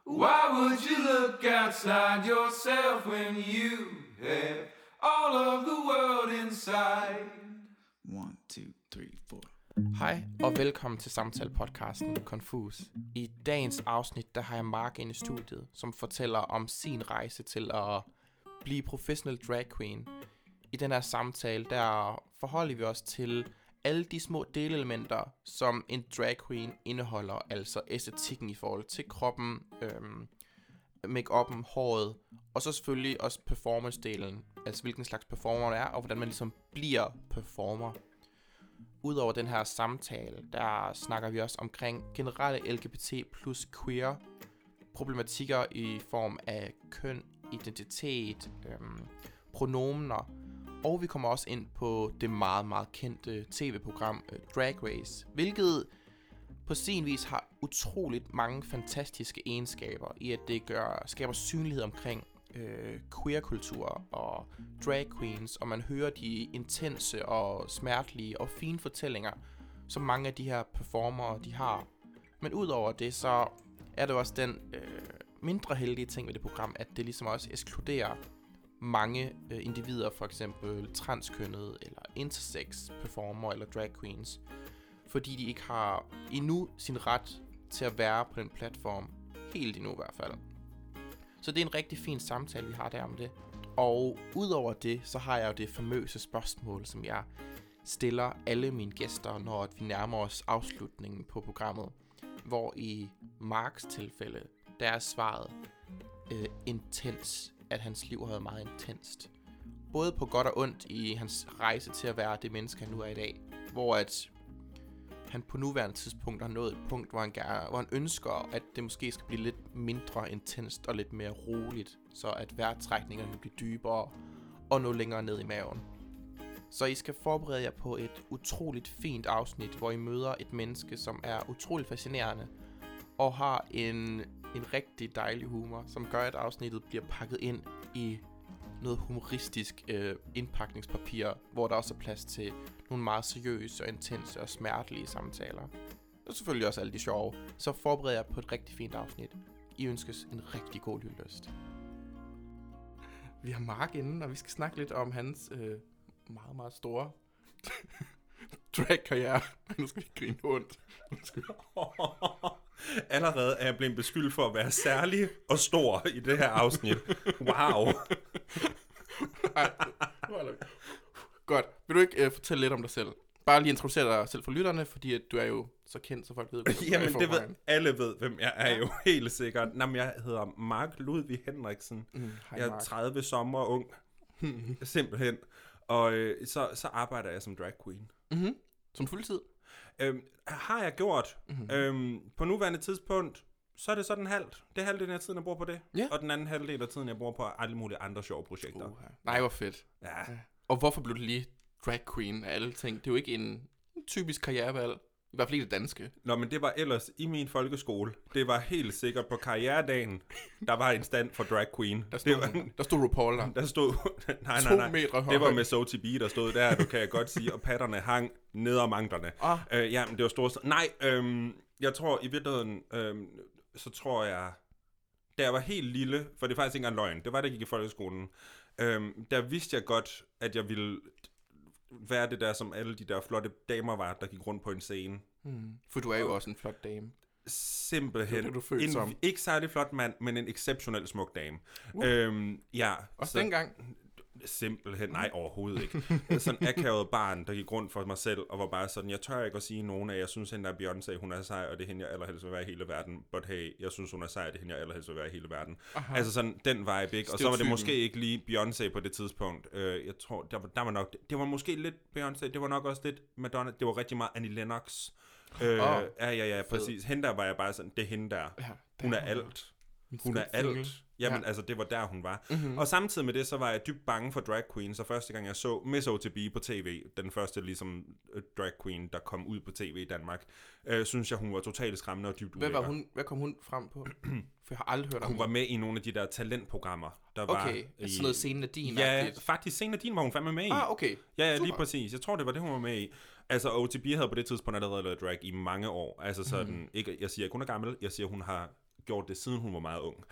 Why would you look outside yourself when you have all of the world inside? 1, 2, 3, 4. Hej og velkommen til samtale-podcasten Confus. I dagens afsnit, der har jeg Mark ind i studiet, som fortæller om sin rejse til at blive professionel drag queen. I den her samtale, der forholder vi os til alle de små delelementer, som en drag queen indeholder, altså æstetikken i forhold til kroppen, make-up'en, håret, og så selvfølgelig også performance-delen, altså hvilken slags performer det er, og hvordan man ligesom bliver performer. Udover den her samtale, der snakker vi også omkring generelle LGBT plus queer problematikker i form af køn, identitet, pronomener, og vi kommer også ind på det meget, meget kendte tv-program Drag Race, hvilket på sin vis har utroligt mange fantastiske egenskaber i, at det skaber synlighed omkring queer-kultur og drag queens, og man hører de intense og smertelige og fine fortællinger, som mange af de her performere de har. Men udover det, så er det også den mindre heldige ting ved det program, at det ligesom også ekskluderer mange individer, for eksempel transkønnede eller intersex performer eller drag queens, fordi de ikke har endnu sin ret til at være på den platform, helt endnu i hvert fald. Så det er en rigtig fin samtale, vi har der om det. Og udover det, så har jeg jo det famøse spørgsmål, som jeg stiller alle mine gæster, når vi nærmer os afslutningen på programmet. Hvor i Marks tilfælde, der er svaret intens, at hans liv har været meget intenst. Både på godt og ondt i hans rejse til at være det menneske, han nu er i dag. Hvor at han på nuværende tidspunkt har nået et punkt, hvor han ønsker, at det måske skal blive lidt mindre intenst og lidt mere roligt, så at vejrtrækningerne kan blive dybere og nå længere ned i maven. Så I skal forberede jer på et utroligt fint afsnit, hvor I møder et menneske, som er utroligt fascinerende og har en rigtig dejlig humor, som gør, at afsnittet bliver pakket ind i noget humoristisk indpakningspapir, hvor der også er plads til nogle meget seriøse og intense og smertelige samtaler. Og selvfølgelig også alle de sjove. Så forbered jer på et rigtig fint afsnit. I ønskes en rigtig god lytlyst. Vi har Mark inde, og vi skal snakke lidt om hans meget, meget store drag-karriere. Nu skal vi grine ondt. Allerede er jeg blevet beskyldt for at være særlig og stor i det her afsnit. Wow. Godt. Vil du ikke fortælle lidt om dig selv? Bare lige introducere dig selv for lytterne, fordi at du er jo så kendt, så folk ved, hvem du Jamen, er det ved alle ved, hvem jeg er jo helt sikkert. Jamen, jeg hedder Mark Ludvig Henriksen. Hej, jeg er Mark. 30 sommer ung. Simpelthen. Og så arbejder jeg som drag queen. Mm-hmm. Som fuldtid? Har jeg gjort. På nuværende tidspunkt, så er det sådan halvt. Det er halvdelen af tiden, jeg bruger på det. Ja. Og den anden halvdel af tiden, jeg bruger på alle mulige andre sjove projekter. Nej, hvor fedt. Ja. Og hvorfor blev du lige drag queen af alle ting? Det er jo ikke en typisk karrierevalg. I hvert fald ikke det danske. Nå, men det var ellers i min folkeskole. Det var helt sikkert på karrieredagen, der var en stand for drag queen. Der stod RuPaul der. Der stod... nej. 2 meter høj. Det var med SoTB, der stod der, du kan jeg godt sige, og patterne hang ned om anklerne. Jamen, det var stort. Nej, jeg tror i virkeligheden, så tror jeg, da jeg var helt lille, for det er faktisk ikke engang løgn, det var, da jeg gik i folkeskolen, der vidste jeg godt, at jeg ville være det der, som alle de der flotte damer var, der gik rundt på en scene. For du er jo også en flot dame. Simpelthen. Det er du født som. Ikke særlig flot mand, men en exceptionel smuk dame. Ja. Også dengang? Simpelthen, nej, overhovedet ikke. Sådan akavet barn, der gik rundt for mig selv, og var bare sådan, jeg tør ikke at sige nogen af, jeg synes hende der Beyoncé, hun er sej, og det er hende, jeg allerhelst vil være i hele verden. But hey, jeg synes, hun er sej, og det er hende, jeg allerhelst vil være i hele verden. Aha. Altså sådan, den vibe, ikke? Og så var det måske ikke lige Beyoncé på det tidspunkt. Jeg tror, der var nok, det var måske lidt Beyoncé, det var nok også lidt Madonna, det var rigtig meget Annie Lennox. Ja, præcis. Hende der var jeg bare sådan, det er hende der. Ja, hun er alt. Hun er alt. Jamen, altså, det var der, hun var. Mm-hmm. Og samtidig med det, så var jeg dybt bange for drag queen. Så første gang, jeg så Miss OTB på tv, den første ligesom drag queen, der kom ud på tv i Danmark, synes jeg, hun var totalt skræmmende og dybt ulækker. Hvad kom hun frem på? For jeg har aldrig hørt om hun. Var med i nogle af de der talentprogrammer, der var i... sådan noget Scene Nadine. Ja, faktisk Scene Nadine var hun fandme med i. Okay. Ja, lige præcis. Jeg tror, det var det, hun var med i. Altså, OTB havde på det tidspunkt allerede lavet drag i mange år. Altså sådan, ikke, jeg siger ikke, hun er gammel. Jeg siger, hun har gjort det, siden hun var meget ung.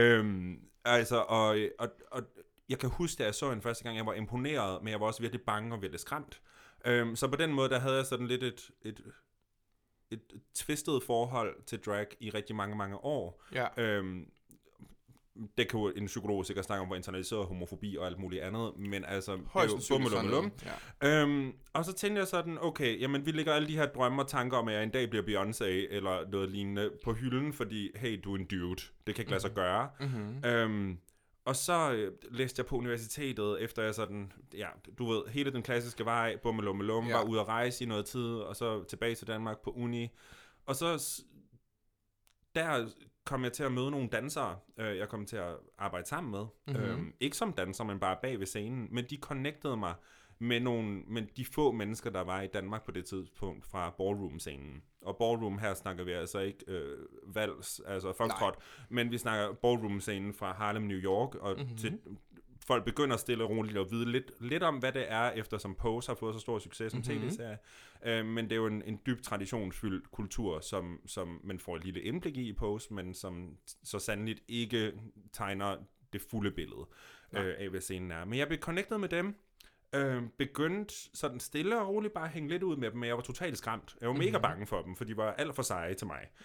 Og jeg kan huske, da jeg så hende første gang, jeg var imponeret, men jeg var også virkelig bange og virkelig skræmt. Så på den måde, der havde jeg sådan lidt et twistet forhold til drag i rigtig mange, mange år. Ja. Det kan jo en psykolog sikkert snakke om, hvor internaliseret homofobi og alt muligt andet, men altså, højst bummelum. Og så tænkte jeg sådan, okay, jamen vi lægger alle de her drømme og tanker om, at jeg en dag bliver Beyoncé eller noget lignende på hylden, fordi, hey, du er en dude. Det kan ikke lade sig gøre. Og så læste jeg på universitetet, efter jeg sådan, ja, du ved, hele den klassiske vej, bummelum, var ude at rejse i noget tid, og så tilbage til Danmark på uni. Og så der kom jeg til at møde nogle dansere, jeg kom til at arbejde sammen med. Ikke som danser, men bare bag ved scenen. Men de connectede mig med de få mennesker, der var i Danmark på det tidspunkt fra ballroom-scenen. Og ballroom, her snakker vi altså ikke vals, altså foxtrot, men vi snakker ballroom-scenen fra Harlem, New York, og til folk begynder stille og roligt at vide lidt om, hvad det er, eftersom Pose har fået så stor succes som tv-serie. Men det er jo en dybt traditionsfyldt kultur, som man får et lille indblik i Pose, men som så sandelig ikke tegner det fulde billede af, hvad scenen er. Men jeg blev connected med dem, begyndte sådan stille og roligt bare at hænge lidt ud med dem, men jeg var totalt skræmt. Jeg var mega bange for dem, for de var alt for seje til mig.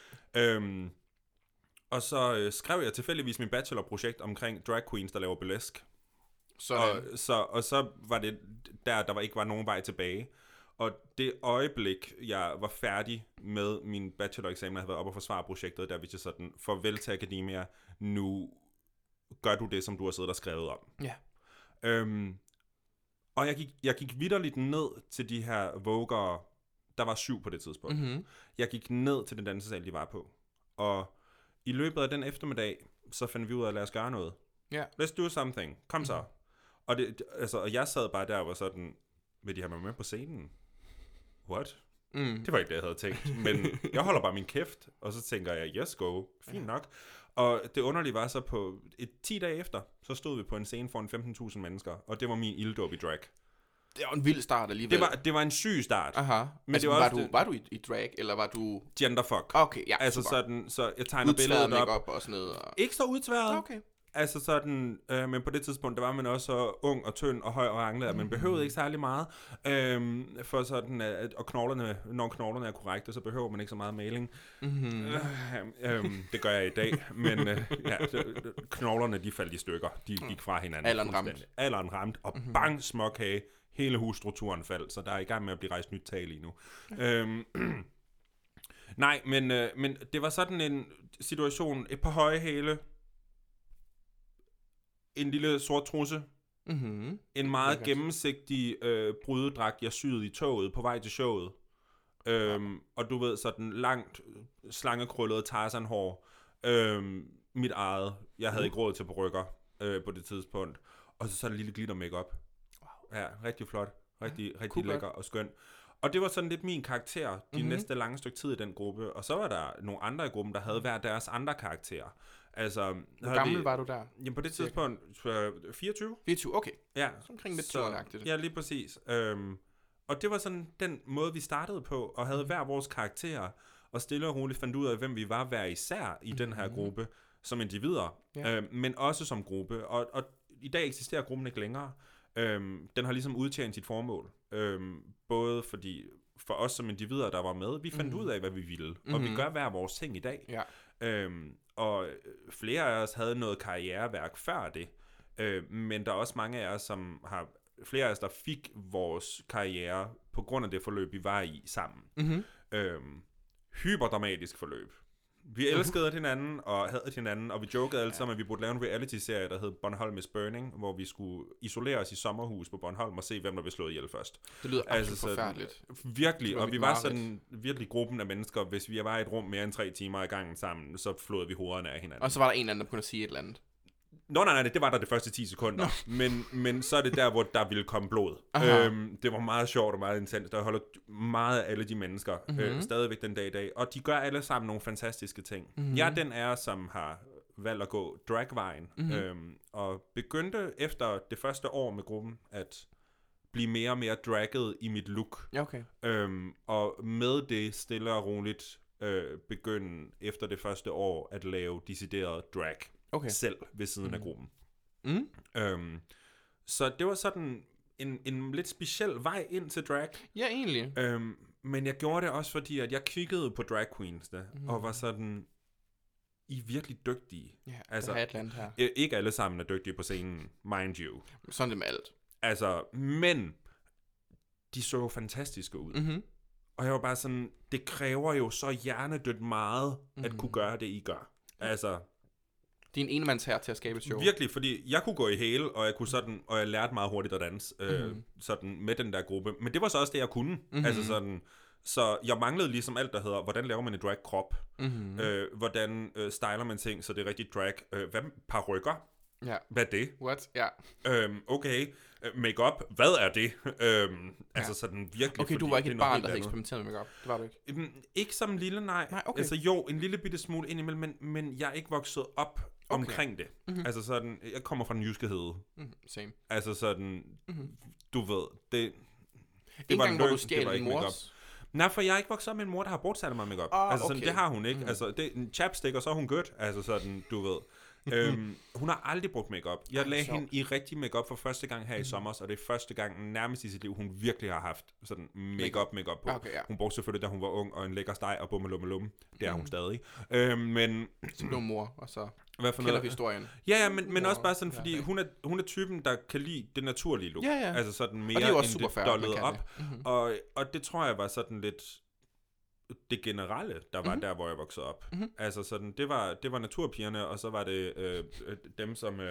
Og så skrev jeg tilfældigvis min bachelorprojekt omkring drag queens, der laver burlesk. Og så var det der ikke var nogen vej tilbage. Og det øjeblik, jeg var færdig med min bacheloreksamen, jeg havde været oppe og forsvare projektet, der ville jeg sådan, farvel til Akademia, nu gør du det, som du har siddet og skrevet om. Ja. Og jeg gik vitterligt ned til de her vogere, der var 7 på det tidspunkt. Jeg gik ned til den dansesal, de var på. Og i løbet af den eftermiddag, så fandt vi ud af, at lad os gøre noget. Yeah. Let's do something. Kom så. Og jeg sad bare der og var sådan, vil de have mig med på scenen? What? Det var ikke det, jeg havde tænkt. Men jeg holder bare min kæft, og så tænker jeg, yes, go. Fint nok. Og det underlige var så på 10 dage efter, så stod vi på en scene foran 15.000 mennesker, og det var min ilddåb i drag. Det var en vild start alligevel. Det var en syg start. Aha. Men altså, det var, også var du i drag, eller var du... Genderfuck. Okay, ja, altså super. sådan, så jeg tegner billedet op. Make-up og sådan noget. Og... Ikke så udtværet. Okay. Altså sådan, men på det tidspunkt, der var man også så ung og tynd og høj og ranglet, at man behøvede ikke særlig meget. For sådan, og når knoglerne er korrekte, så behøver man ikke så meget maling. Det gør jeg i dag, men knoglerne, de faldt i stykker. De gik fra hinanden. Alderen ramt, og bang, småkage. Hele husstrukturen faldt, så der er i gang med at blive rejst nyt tag lige nu. Nej, men det var sådan en situation, et par høje hæle, en lille sort trusse, en meget gennemsigtig brydedragt, jeg syede i toget på vej til showet. Og du ved, sådan langt, slangekrøllet Tarzan-hår, mit eget. Jeg havde ikke råd til perukker på det tidspunkt. Og så en lille glitter makeup. Ja, rigtig flot, rigtig lækker og skøn. Og det var sådan lidt min karakter, de næste lange stykke tid i den gruppe. Og så var der nogle andre i gruppen, der havde hver deres andre karakterer. Altså, hvor gammel var du der? Jamen på det tidspunkt, 24. 24, okay. Ja. Så omkring midt 20'erne-agtigt. Ja, lige præcis. Og det var sådan den måde, vi startede på, og havde hver vores karakterer, og stille og roligt fandt ud af, hvem vi var hver især i den her gruppe, som individer, men også som gruppe. Og i dag eksisterer gruppen ikke længere. Den har ligesom udtjent sit formål. Både fordi for os som individer, der var med, vi fandt ud af, hvad vi ville. Og vi gør hver vores ting i dag. Ja. Og flere af os havde noget karriereværk før det. Men der er også mange af os, som har... Flere af os, der fik vores karriere på grund af det forløb, vi var i sammen. Hyperdramatisk forløb. Vi elskede hinanden og havde hinanden, og vi jokede alle sammen, at vi burde lave en reality-serie, der hed Bornholm is Burning, hvor vi skulle isolere os i sommerhus på Bornholm og se, hvem der blev slået ihjel først. Det lyder absolut forfærdeligt. Virkelig, og vi var sådan virkelig gruppen af mennesker. Hvis vi var i et rum mere end 3 timer i gangen sammen, så flåede vi hovederne af hinanden. Og så var der en anden, der kunne sige et eller andet. Nej, det var der de første 10 sekunder. Men så er det der, hvor der ville komme blod. Det var meget sjovt og meget intens. Der holder meget af alle de mennesker stadigvæk den dag i dag. Og de gør alle sammen nogle fantastiske ting. Jeg er den af jer, som har valgt at gå dragvejen. Og begyndte efter det første år med gruppen at blive mere og mere dragget i mit look. Okay. Og med det stille og roligt begynde efter det første år at lave decideret drag selv ved siden af gruppen. Så det var sådan en lidt speciel vej ind til drag. Ja, egentlig. Men jeg gjorde det også, fordi at jeg kiggede på drag queensene, og var sådan, I er virkelig dygtige. Ja, altså, der er et eller andet her. Ikke alle sammen er dygtige på scenen, mind you. Sådan det med alt. Altså, men de så jo fantastiske ud. Og jeg var bare sådan, det kræver jo så hjernedødt meget, at kunne gøre det, I gør. Altså... Det er en enemands her til at skabe et show. Virkelig, fordi jeg kunne gå i hæle, og jeg kunne sådan, og jeg lærte meget hurtigt at danse sådan med den der gruppe. Men det var så også det, jeg kunne. Altså sådan, så jeg manglede ligesom alt, der hedder, hvordan laver man en drag-krop? Hvordan styler man ting, så det er rigtig drag? Hvad parykker? Ja. Hvad er det? What? Ja. Okay. Make-up, hvad er det? Altså sådan virkelig... Okay, du var ikke et barn, der havde eksperimenteret med make-up. Det var du ikke? Ikke som lille, nej. Okay. Altså jo, en lille bitte smule indimellem, men jeg er ikke vokset op omkring det. Altså sådan, jeg kommer fra den jyske hede. Same. Altså sådan, du ved, det var en hvor du løgn, stjal det var din ikke mors? make-up. Nej, for jeg er ikke vokset op med en mor, der har brugt særlig meget make-up. Altså sådan, det har hun ikke. Altså, det er en chapstick, og så er hun good. Altså sådan, du ved. Hun har aldrig brugt makeup. Jeg lagde hende i rigtig makeup for første gang her i sommer, og det er første gang nærmest i sit liv, hun virkelig har haft sådan makeup på. Okay, ja. Hun brugte selvfølgelig, da hun var ung, og en lækker steg og bummelummelum. Det er hun stadig. Men så blev mor, og så kender historien. Ja, men også bare sådan, fordi hun er typen, der kan lide det naturlige look. Ja. Altså sådan mere og det er også end super det fair, dollede op. Og det tror jeg var sådan lidt det generelle, der var der, hvor jeg voksede op. Altså sådan, det var naturpigerne, og så var det dem, som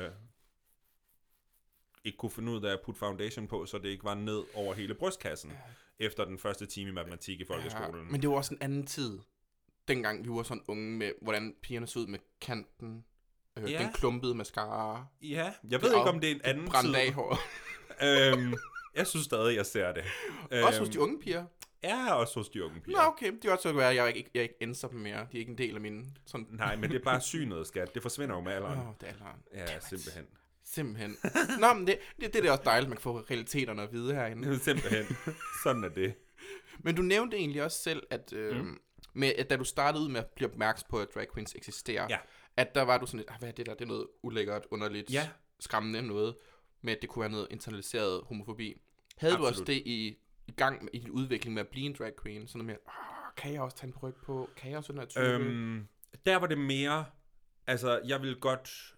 ikke kunne finde ud af at putte foundation på, så det ikke var ned over hele brystkassen, efter den første time i matematik i folkeskolen. Ja, men det var også en anden tid, dengang vi var sådan unge med, hvordan pigerne så ud med kanten, den klumpede mascara. Ja, jeg ved ikke, om det er en anden tid. Brændte af hår. Jeg synes stadig, jeg ser det. Også hos de unge piger? Ja, også hos de unge piger. Nå, okay. Det er også så være, at jeg ikke enser dem mere. De er ikke en del af mine... Sådan... Nej, men det er bare synet, skat. Det forsvinder jo med alderen. Det er alderen. Ja, simpelthen. Nå, men det er også dejligt, man kan få realiteterne at vide herinde. Simpelthen. Sådan er det. Men du nævnte egentlig også selv, at, med, at da du startede ud med at blive opmærksom på, at drag queens eksisterer, at der var du sådan lidt, hvad er det der? Det er noget ulækkert, underligt, skræmmende noget, med at det kunne være noget internaliseret homofobi. Havde du også det i gang i din udvikling med at blive en drag queen? Sådan noget med, kan jeg også tage en paryk på? Kan jeg også sådan noget type? Der var det mere, altså jeg ville godt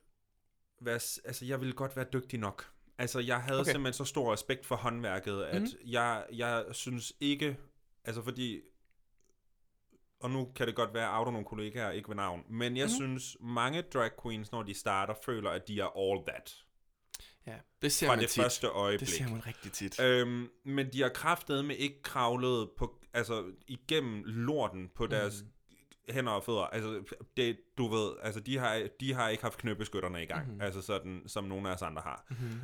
være dygtig nok. Altså jeg havde simpelthen så stor respekt for håndværket, at jeg synes ikke, altså fordi, og nu kan det godt være, at nogle kollegaer ikke ved navn, men jeg synes, mange drag queens, når de starter, føler, at de er all that. Ja, det ser fra man det tit. første øjeblik. Det ser man rigtig tit. Men de har kraftedeme ikke kravlet på, altså igennem lorten på deres hænder og fødder. Altså det, du ved, altså de har ikke haft knøbeskytterne i gang, altså sådan som nogle af os andre har.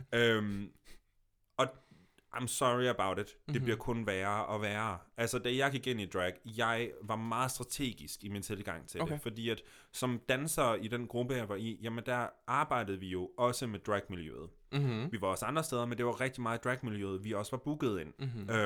Og I'm sorry about it. Det bliver kun værre og værre. Altså, da jeg gik ind i drag, jeg var meget strategisk i min tilgang til det. Fordi at som danser i den gruppe, jeg var i, jamen der arbejdede vi jo også med dragmiljøet. Vi var også andre steder, men det var rigtig meget dragmiljøet, vi også var booket ind.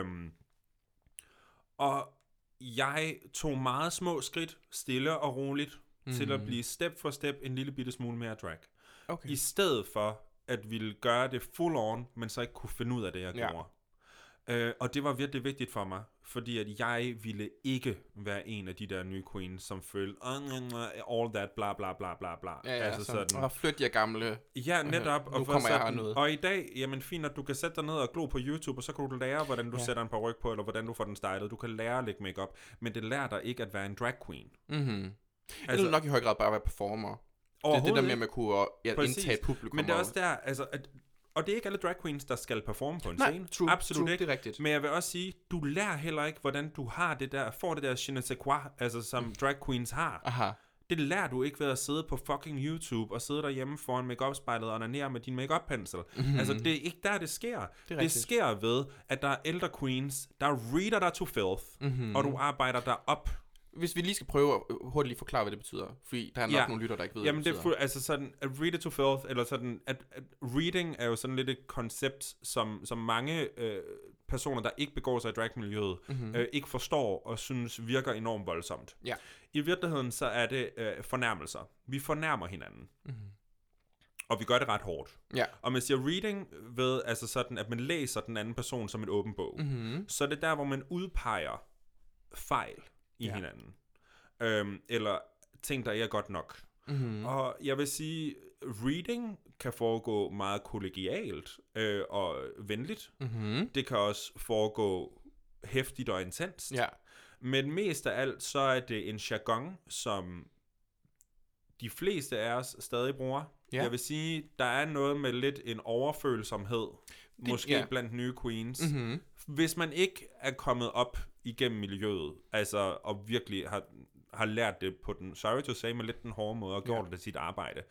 Og jeg tog meget små skridt, stille og roligt, til at blive step for step en lille bitte smule mere drag. I stedet for at ville gøre det full on, men så ikke kunne finde ud af det, jeg gjorde. Og det var virkelig vigtigt for mig, fordi at jeg ville ikke være en af de der nye queens, som følte, all that, bla bla bla bla bla. Altså sådan. Og flyt jer gamle. Ja, netop. Nu kommer jeg hernede. Og i dag, jamen fint, at du kan sætte dig ned og glo på YouTube, og så kan du lære, hvordan du sætter en paryk på, eller hvordan du får den stylet. Du kan lære at lægge makeup, men det lærer dig ikke at være en drag queen. Altså, det er nok i høj grad bare at være performer. Det er det der med, at man kunne indtage publikum. Men det er også der, altså, og det er ikke alle drag queens, der skal performe på en scene. Absolut ikke. Det er rigtigt. Men jeg vil også sige, du lærer heller ikke, hvordan du har det der, får det der je ne sais quoi, altså som drag queens har. Aha. Det lærer du ikke ved at sidde på fucking YouTube og sidde derhjemme foran make-up-spejlet og onanere med din make-up-pensel. Altså, det er ikke der, det sker. Det sker ved, at der er ældre queens, der reader dig to filth, og du arbejder dig op. Hvis vi lige skal prøve at hurtigt lige forklare, hvad det betyder, fordi der er nok nogle lytter, der ikke ved, hvad det betyder. Det er altså sådan, at read it to filth, eller sådan, at reading er jo sådan lidt et koncept, som mange personer, der ikke begår sig i dragmiljøet, ikke forstår og synes virker enormt voldsomt. Ja. I virkeligheden så er det fornærmelser. Vi fornærmer hinanden. Og vi gør det ret hårdt. Ja. Og man siger reading ved, altså sådan, at man læser den anden person som en åben bog. Så er det der, hvor man udpeger fejl i hinanden. Eller ting, der ikke er godt nok. Og jeg vil sige, reading kan foregå meget kollegialt og venligt. Det kan også foregå heftigt og intenst. Ja. Men mest af alt, så er det en jargon, som de fleste af os stadig bruger. Ja. Jeg vil sige, der er noget med lidt en overfølsomhed, måske blandt nye queens. Hvis man ikke er kommet op igennem miljøet, altså og virkelig har lært det på den, sorry to say, med lidt den hårde måde, og gjort det sit arbejde.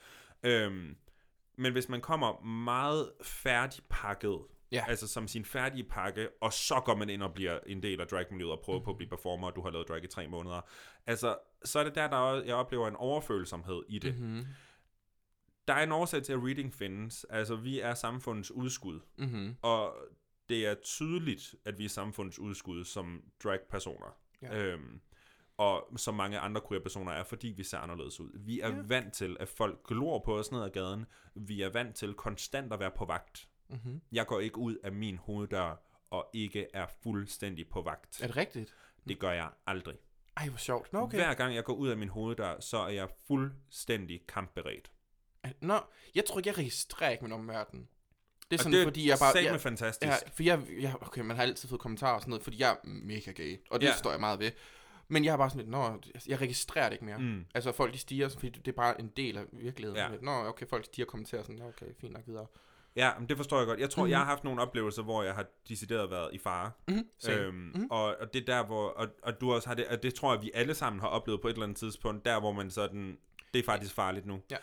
Men hvis man kommer meget færdigpakket, altså som sin færdige pakke, og så går man ind og bliver en del af dragmiljøet og prøver på at blive performer, og du har lavet drag i 3 måneder. Altså, så er det der jeg oplever en overfølsomhed i det. Der er en årsag til, at reading findes. Altså, vi er samfundets udskud. Og det er tydeligt, at vi er samfundets udskud som drag-personer. Ja. Og som mange andre queer-personer er, fordi vi ser anderledes ud. Vi er vant til, at folk glor på os ned ad gaden. Vi er vant til konstant at være på vagt. Jeg går ikke ud af min hoveddør og ikke er fuldstændig på vagt. Er det rigtigt? Det gør jeg aldrig. Ej, hvor sjovt. Nå, okay. Hver gang jeg går ud af min hoveddør, så er jeg fuldstændig kampberedt. Nå, jeg tror ikke, jeg registrerer ikke min omverden. Det er sådan, fordi jeg bare... Det er fantastisk. Ja, for okay, man har altid fået kommentarer og sådan noget, fordi jeg er mega gay, og det står jeg meget ved. Men jeg har bare sådan lidt, jeg registrerer det ikke mere. Altså, folk de stiger, fordi det er bare en del af virkeligheden. Ja. Okay, folk stiger og kommenterer sådan, okay, fint nok videre. Ja, men det forstår jeg godt. Jeg tror, jeg har haft nogle oplevelser, hvor jeg har decideret været i fare. Og det er der, hvor... Og du også har det... Og det tror jeg, vi alle sammen har oplevet på et eller andet tidspunkt. Der, hvor man sådan... Det er faktisk farligt nu. Ja.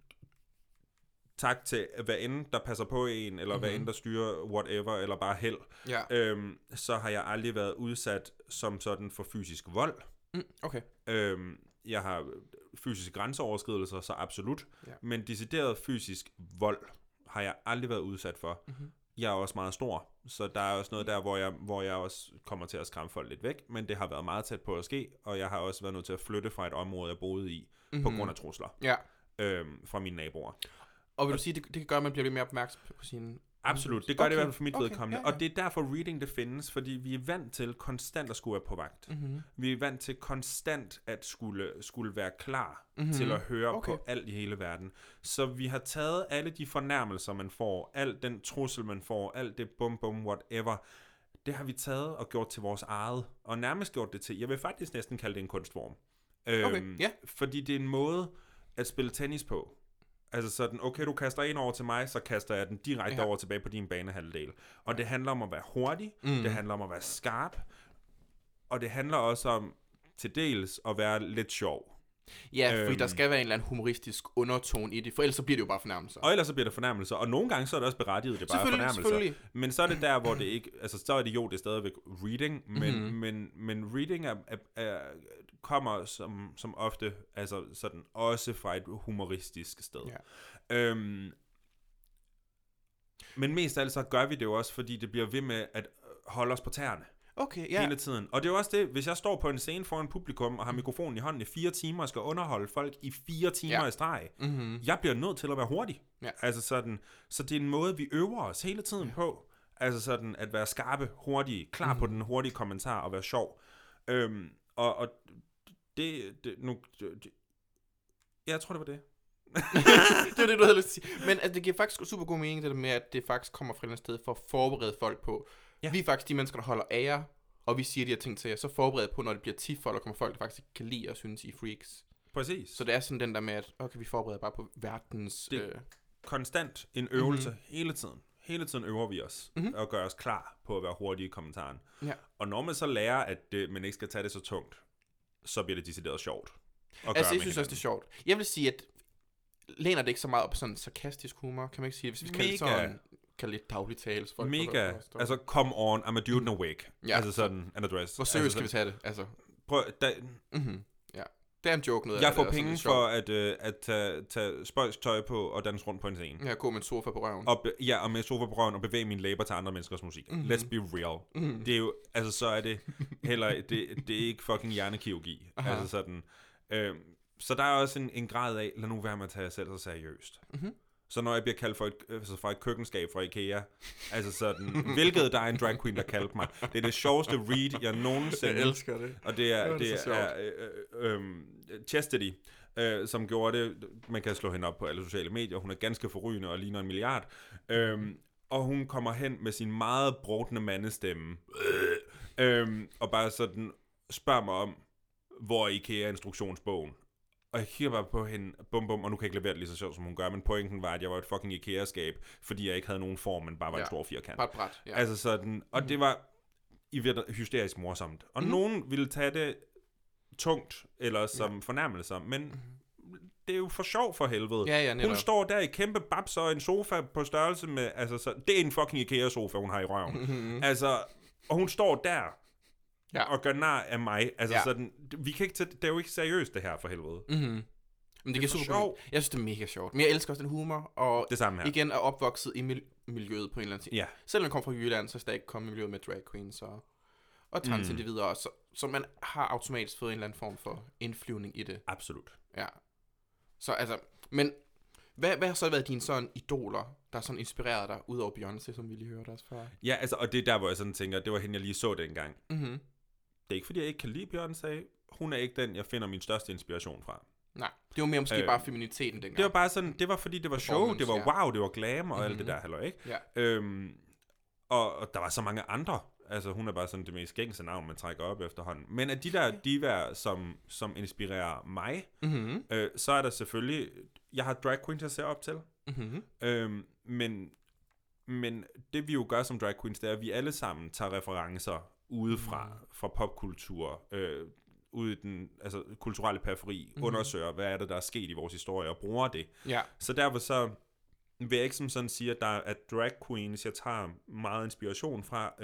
Tak til hvad end der passer på en, eller hvad end der styrer whatever, eller bare held. Ja. Så har jeg aldrig været udsat som sådan for fysisk vold. Okay. Jeg har fysiske grænseoverskridelser, så absolut. Ja. Men decideret fysisk vold har jeg aldrig været udsat for. Jeg er også meget stor, så der er også noget der, hvor jeg også kommer til at skræmme folk lidt væk, men det har været meget tæt på at ske, og jeg har også været nødt til at flytte fra et område, jeg boede i, på grund af trusler fra mine naboer. Og vil du sige, det kan gøre, at man bliver lidt mere opmærksom på sine... Absolut, det gør det i hvert fald for mit vedkommende. Og det er derfor reading det findes, fordi vi er vant til konstant at skulle være på vagt. Vi er vant til konstant at skulle være klar til at høre på alt i hele verden. Så vi har taget alle de fornærmelser, man får, al den trussel, man får, alt det bum, whatever, det har vi taget og gjort til vores eget, og nærmest gjort det til, jeg vil faktisk næsten kalde det en kunstform. Fordi det er en måde at spille tennis på. Altså sådan, okay, du kaster en over til mig, så kaster jeg den direkte over tilbage på din banehalvdel. Og det handler om at være hurtig, det handler om at være skarp, og det handler også om til dels at være lidt sjov. Ja, fordi der skal være en eller anden humoristisk undertone i det, for ellers så bliver det jo bare fornærmelser. Og ellers så bliver det fornærmelser, og nogle gange så er det også berettiget, det er bare fornærmelser. Men så er det der, hvor det ikke, altså så er det jo, det er stadigvæk reading, men reading kommer som ofte, altså sådan også fra et humoristisk sted. Ja. Men mest af alt så gør vi det jo også, fordi det bliver ved med at holde os på tæerne. Okay, ja. Hele tiden. Og det er jo også det, hvis jeg står på en scene foran publikum og har mikrofonen i hånden i 4 timer og skal underholde folk i 4 timer i streg, jeg bliver nødt til at være hurtig. Ja. Altså sådan, så det er en måde, vi øver os hele tiden på. Altså sådan, at være skarpe, hurtige, klar på den hurtige kommentar og være sjov. Og det jeg tror, det var det. Det var det, du havde lyst til at sige. Men altså, det giver faktisk super god mening, det der med, at det faktisk kommer fra et eller andet sted for at forberede folk på. Ja. Vi er faktisk de mennesker, der holder af jer, og vi siger de her ting til jer, så forberedt på, når det bliver tit for, der kommer folk, der faktisk kan lide og synes, I er freaks. Præcis. Så det er sådan den der med, at okay, vi forbereder bare på verdens... Det er konstant en øvelse hele tiden. Hele tiden øver vi os og gør os klar på at være hurtige i kommentaren. Ja. Og når man så lærer, at man ikke skal tage det så tungt, så bliver det decideret sjovt. Altså, jeg synes også, det er sjovt. Jeg vil sige, at læner det ikke så meget op på sådan sarkastisk humor, kan man ikke sige det? Hvis vi kalder det sådan... Kan lidt dagligt tale. Mega. Altså, come on, I'm a dude in a wig. Ja. Altså sådan, an address. Hvor seriøst skal vi tage det? Altså. Prøv, Ja. Det er en joke noget. Jeg får penge for at tage spøjstøj på og danse rundt på en scene. Ja, gå med en sofa på røven. Og med sofa på røven og bevæge mine læber til andre menneskers musik. Let's be real. Det er jo, altså så er det heller, det er ikke fucking hjernekirurgi. Altså sådan. Så der er også en grad af, lad nu være med at tage jer selv så seriøst. Så når jeg bliver kaldt for et køkkenskab fra IKEA, altså sådan, hvilket der er en drag queen, der kaldte mig. Det er det sjoveste read, jeg nogensinde. Jeg elsker det. Og det er Chastity, som gjorde det. Man kan slå hende op på alle sociale medier. Hun er ganske forrygende og ligner 1 milliard. Og hun kommer hen med sin meget brodne mandestemme. Og bare sådan spørger mig om, hvor IKEA er instruktionsbogen. Og jeg kigger bare på hende, bum, og nu kan jeg ikke levere det lige så sjovt, som hun gør, men pointen var, at jeg var et fucking IKEA-skab, fordi jeg ikke havde nogen form, men bare var en stor firkant. Bare et bræt, ja. Altså sådan, og det var i virkeligheden hysterisk morsomt. Og nogen ville tage det tungt, eller som fornærmelser, men det er jo for sjov for helvede. Ja, hun står der i kæmpe babs og en sofa på størrelse med, altså så, det er en fucking IKEA-sofa, hun har i røven. Altså, og hun står der, og gør nar af mig. Altså sådan, vi kan ikke tage, det er jo ikke seriøst det her for helvede. Men det er super sjovt. Jeg synes det er mega sjovt. Men jeg elsker også den humor, og det samme her. Igen er opvokset i miljøet på en eller anden ting. Ja. Selvom man kommer fra Jylland, så er der ikke kommet miljøet med drag queens og transindivider også. Så man har automatisk fået en eller anden form for indflyvning i det. Absolut. Ja. Så altså, men hvad har så været dine sådan idoler, der sådan inspireret dig, ud over Beyoncé, som vi lige hørte også før? Ja, altså, og det er der, hvor jeg sådan tænker, det var hende, jeg lige så dengang. Det er ikke, fordi jeg ikke kan lide Beyoncé. Hun er ikke den, jeg finder min største inspiration fra. Nej, det var mere måske bare feminiteten dengang. Det var bare sådan, det var fordi, det var show, det var wow, det var glam og alt det der, halløj, ikke? Ja. Og der var så mange andre. Altså, hun er bare sådan det mest gængse navn, man trækker op efterhånden. Men af de der divaer, som inspirerer mig, så er der selvfølgelig, jeg har drag queens, jeg ser op til. Men det vi jo gør som drag queens, det er, at vi alle sammen tager referencer udefra, fra popkultur, ude i den kulturelle periferi, undersøger, hvad er det, der er sket i vores historie, og bruger det. Ja. Så derfor så vil jeg ikke som sådan sige, at der er drag queens, jeg tager meget inspiration fra,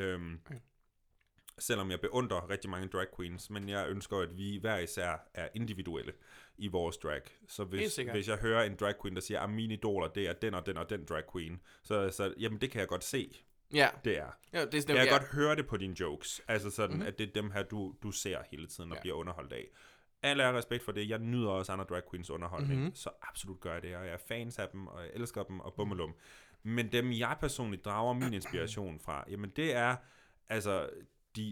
selvom jeg beundrer rigtig mange drag queens, men jeg ønsker, at vi hver især er individuelle i vores drag. Så hvis jeg hører en drag queen, der siger, at mine idoler, det er den og den og den drag queen, så jamen det kan jeg godt se. Ja. Det er. Ja, det er sådan, jeg kan godt høre det på dine jokes. Altså sådan, at det er dem her, du ser hele tiden og bliver underholdt af. Alle er respekt for det. Jeg nyder også andre drag queens underholdning, så absolut gør jeg det, og jeg er fans af dem, og jeg elsker dem, og bummelum. Men dem, jeg personligt drager min inspiration fra, jamen det er, altså, de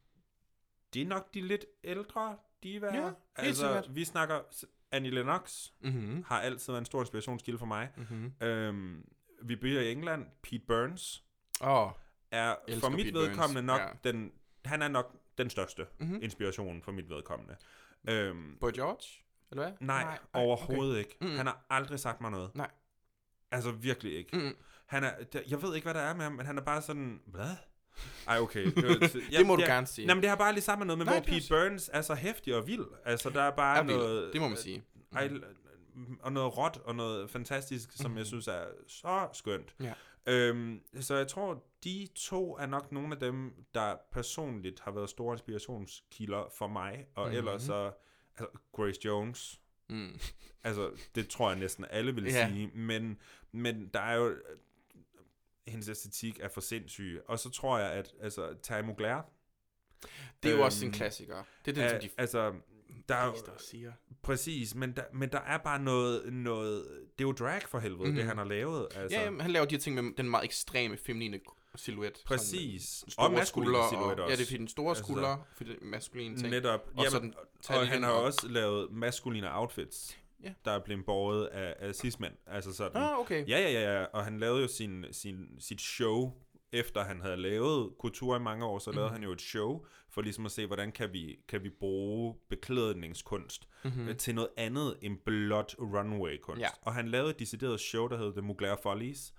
er nok de lidt ældre divaer. Ja, altså, vi snakker, Annie Lennox har altid været en stor inspirationskilde for mig. Vi bor i England, Pete Burns er for mit vedkommende nok han er nok den største inspiration for mit vedkommende. Boy George? Eller hvad? Nej, overhovedet ikke. Han har aldrig sagt mig noget. Nej. Altså virkelig ikke. Han er, jeg ved ikke, hvad der er med ham, men han er bare sådan, hvad? Ej, okay. Det må du gerne sige. Nej, men det har bare lige sammen med noget med, hvor Pete Burns er så heftig og vild. Altså, der er bare noget... Det må man sige. Og noget råt og noget fantastisk, som jeg synes er så skønt. Ja. Så jeg tror, de to er nok nogle af dem, der personligt har været store inspirationskilder for mig. Og ellers så... Altså, Grace Jones. Altså, det tror jeg næsten alle vil sige. Men der er jo... hendes æstetik er for sindssyg. Og så tror jeg, at Terry Mugler... Det er jo også en klassiker. Det er den, som de... Altså, der er siger. Præcis, men der er bare noget... Det er jo drag for helvede, det han har lavet. Altså. Ja, han laver de her ting med den meget ekstreme, feminine silhuet. Præcis. Og maskuline silhuet også. Ja, det er den store skulder, for det maskuline ting. Netop. Og han har også lavet maskuline outfits. Ja. Der er blevet båret af cis-mænd. Altså sådan. Okay. Ja. Og han lavede jo sit show, efter han havde lavet kultur i mange år, så lavede han jo et show, for ligesom at se, hvordan kan vi bruge beklædningskunst til noget andet end blot runway-kunst. Ja. Og han lavede et decideret show, der hed The Mugler Follies,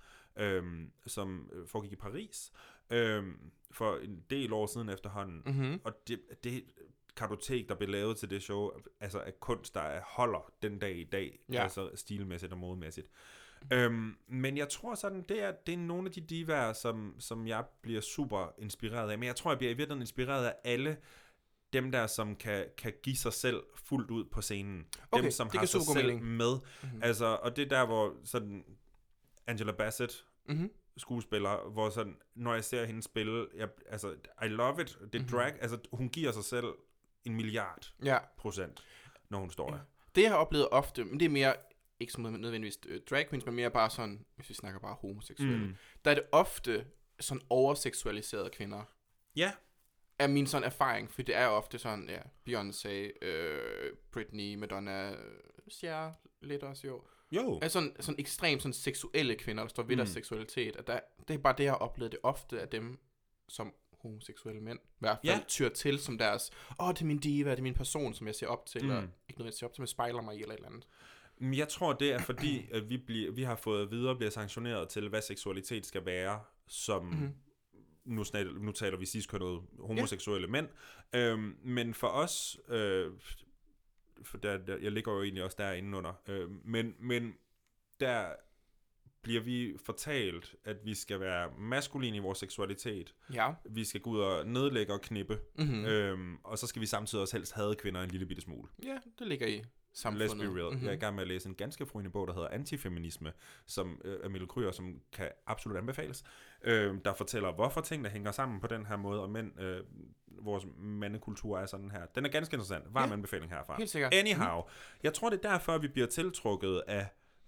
som foregik i Paris, for en del år siden efterhånden. Og det kartotek, der blev lavet til det show, altså af kunst, der holder den dag i dag, altså stilmæssigt og modemæssigt. Men jeg tror sådan, det er nogle af de divaer, som jeg bliver super inspireret af. Men jeg tror, jeg bliver i virkeligheden inspireret af alle dem der, som kan give sig selv fuldt ud på scenen. Okay, Dem, som det har giver sig super god selv mening. med. Altså, og det er der, hvor sådan Angela Bassett, skuespiller, hvor sådan, når jeg ser hende spille, altså, I love it, det drag, altså, hun giver sig selv 1 milliard %, når hun står der. Det jeg har oplevet ofte, men det er mere, ikke som nødvendigvis drag queens, men mere bare sådan, hvis vi snakker bare homoseksuelle, der er det ofte sådan overseksualiserede kvinder. Ja. Er min sådan erfaring, for det er ofte sådan, ja, Beyoncé, Britney, Madonna, Cher, lidt også jo. Jo. Altså sådan ekstremt sådan seksuelle kvinder, der står ved deres seksualitet. At det er bare det, jeg har oplevet. Det ofte af dem, som homoseksuelle mænd, i hvert fald tyr til som deres, det er min diva, det er min person, som jeg ser op til, eller ikke noget, jeg ser op til, men spejler mig i, eller et eller andet. Jeg tror, det er fordi, at vi har fået videre, bliver sanktioneret til, hvad seksualitet skal være, som... Nu taler vi cis-kønnede homoseksuelle mænd, men for os, for jeg ligger jo egentlig også derinde under, men der bliver vi fortalt, at vi skal være maskuline i vores seksualitet. Ja. Vi skal gå ud og nedlægge og knippe, og så skal vi samtidig også helst hade kvinder en lille bitte smule. Ja, det ligger i samfundet. Let's be real. Jeg er i gang med at læse en ganske frygtelig bog, der hedder Antifeminisme, som Emil Kryer, som kan absolut anbefales, der fortæller, hvorfor tingene hænger sammen på den her måde, og vores mandekultur er sådan her. Den er ganske interessant. Varm anbefaling herfra. Helt sikkert. Anyhow, jeg tror, det er derfor, at vi bliver tiltrukket af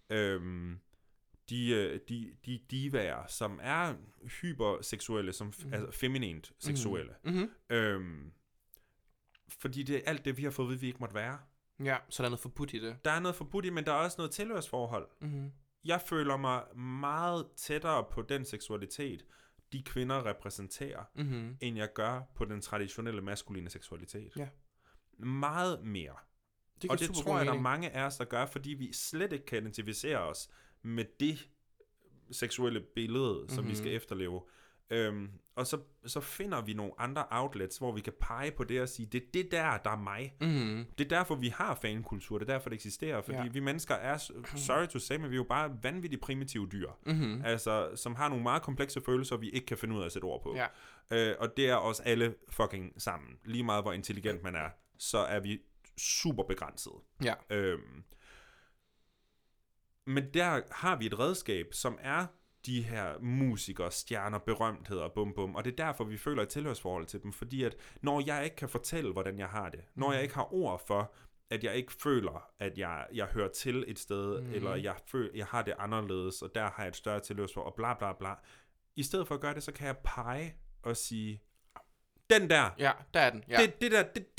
de divaer, som er hyperseksuelle, som altså feminint seksuelle. Fordi det er alt det, vi har fået at vide, vi ikke måtte være. Ja, så der er noget forbudt i det. Der er noget forbudt i, men der er også noget tilhørsforhold. Jeg føler mig meget tættere på den seksualitet, de kvinder repræsenterer, end jeg gør på den traditionelle maskuline seksualitet. Ja. Meget mere. Og det tror jeg, der er mange af os, der gør, fordi vi slet ikke kan identificere os med det seksuelle billede, som vi skal efterleve. Og så finder vi nogle andre outlets, hvor vi kan pege på det og sige, det er det der er mig. Det er derfor, vi har fankultur, det er derfor, det eksisterer, fordi vi mennesker er, sorry to say, men vi er jo bare vanvittigt primitive dyr, altså, som har nogle meget komplekse følelser, vi ikke kan finde ud af at sætte ord på. Og det er os alle fucking sammen. Lige meget, hvor intelligent man er, så er vi super begrænset. Men der har vi et redskab, som er de her musikere, stjerner, berømtheder, bum bum, og det er derfor, vi føler et tilhørsforhold til dem, fordi at når jeg ikke kan fortælle, hvordan jeg har det, når jeg ikke har ord for, at jeg ikke føler, at jeg hører til et sted, eller jeg har det anderledes, og der har jeg et større tilhørsforhold, og bla bla bla. I stedet for at gøre det, så kan jeg pege og sige, den der, ja, der er den, ja. Det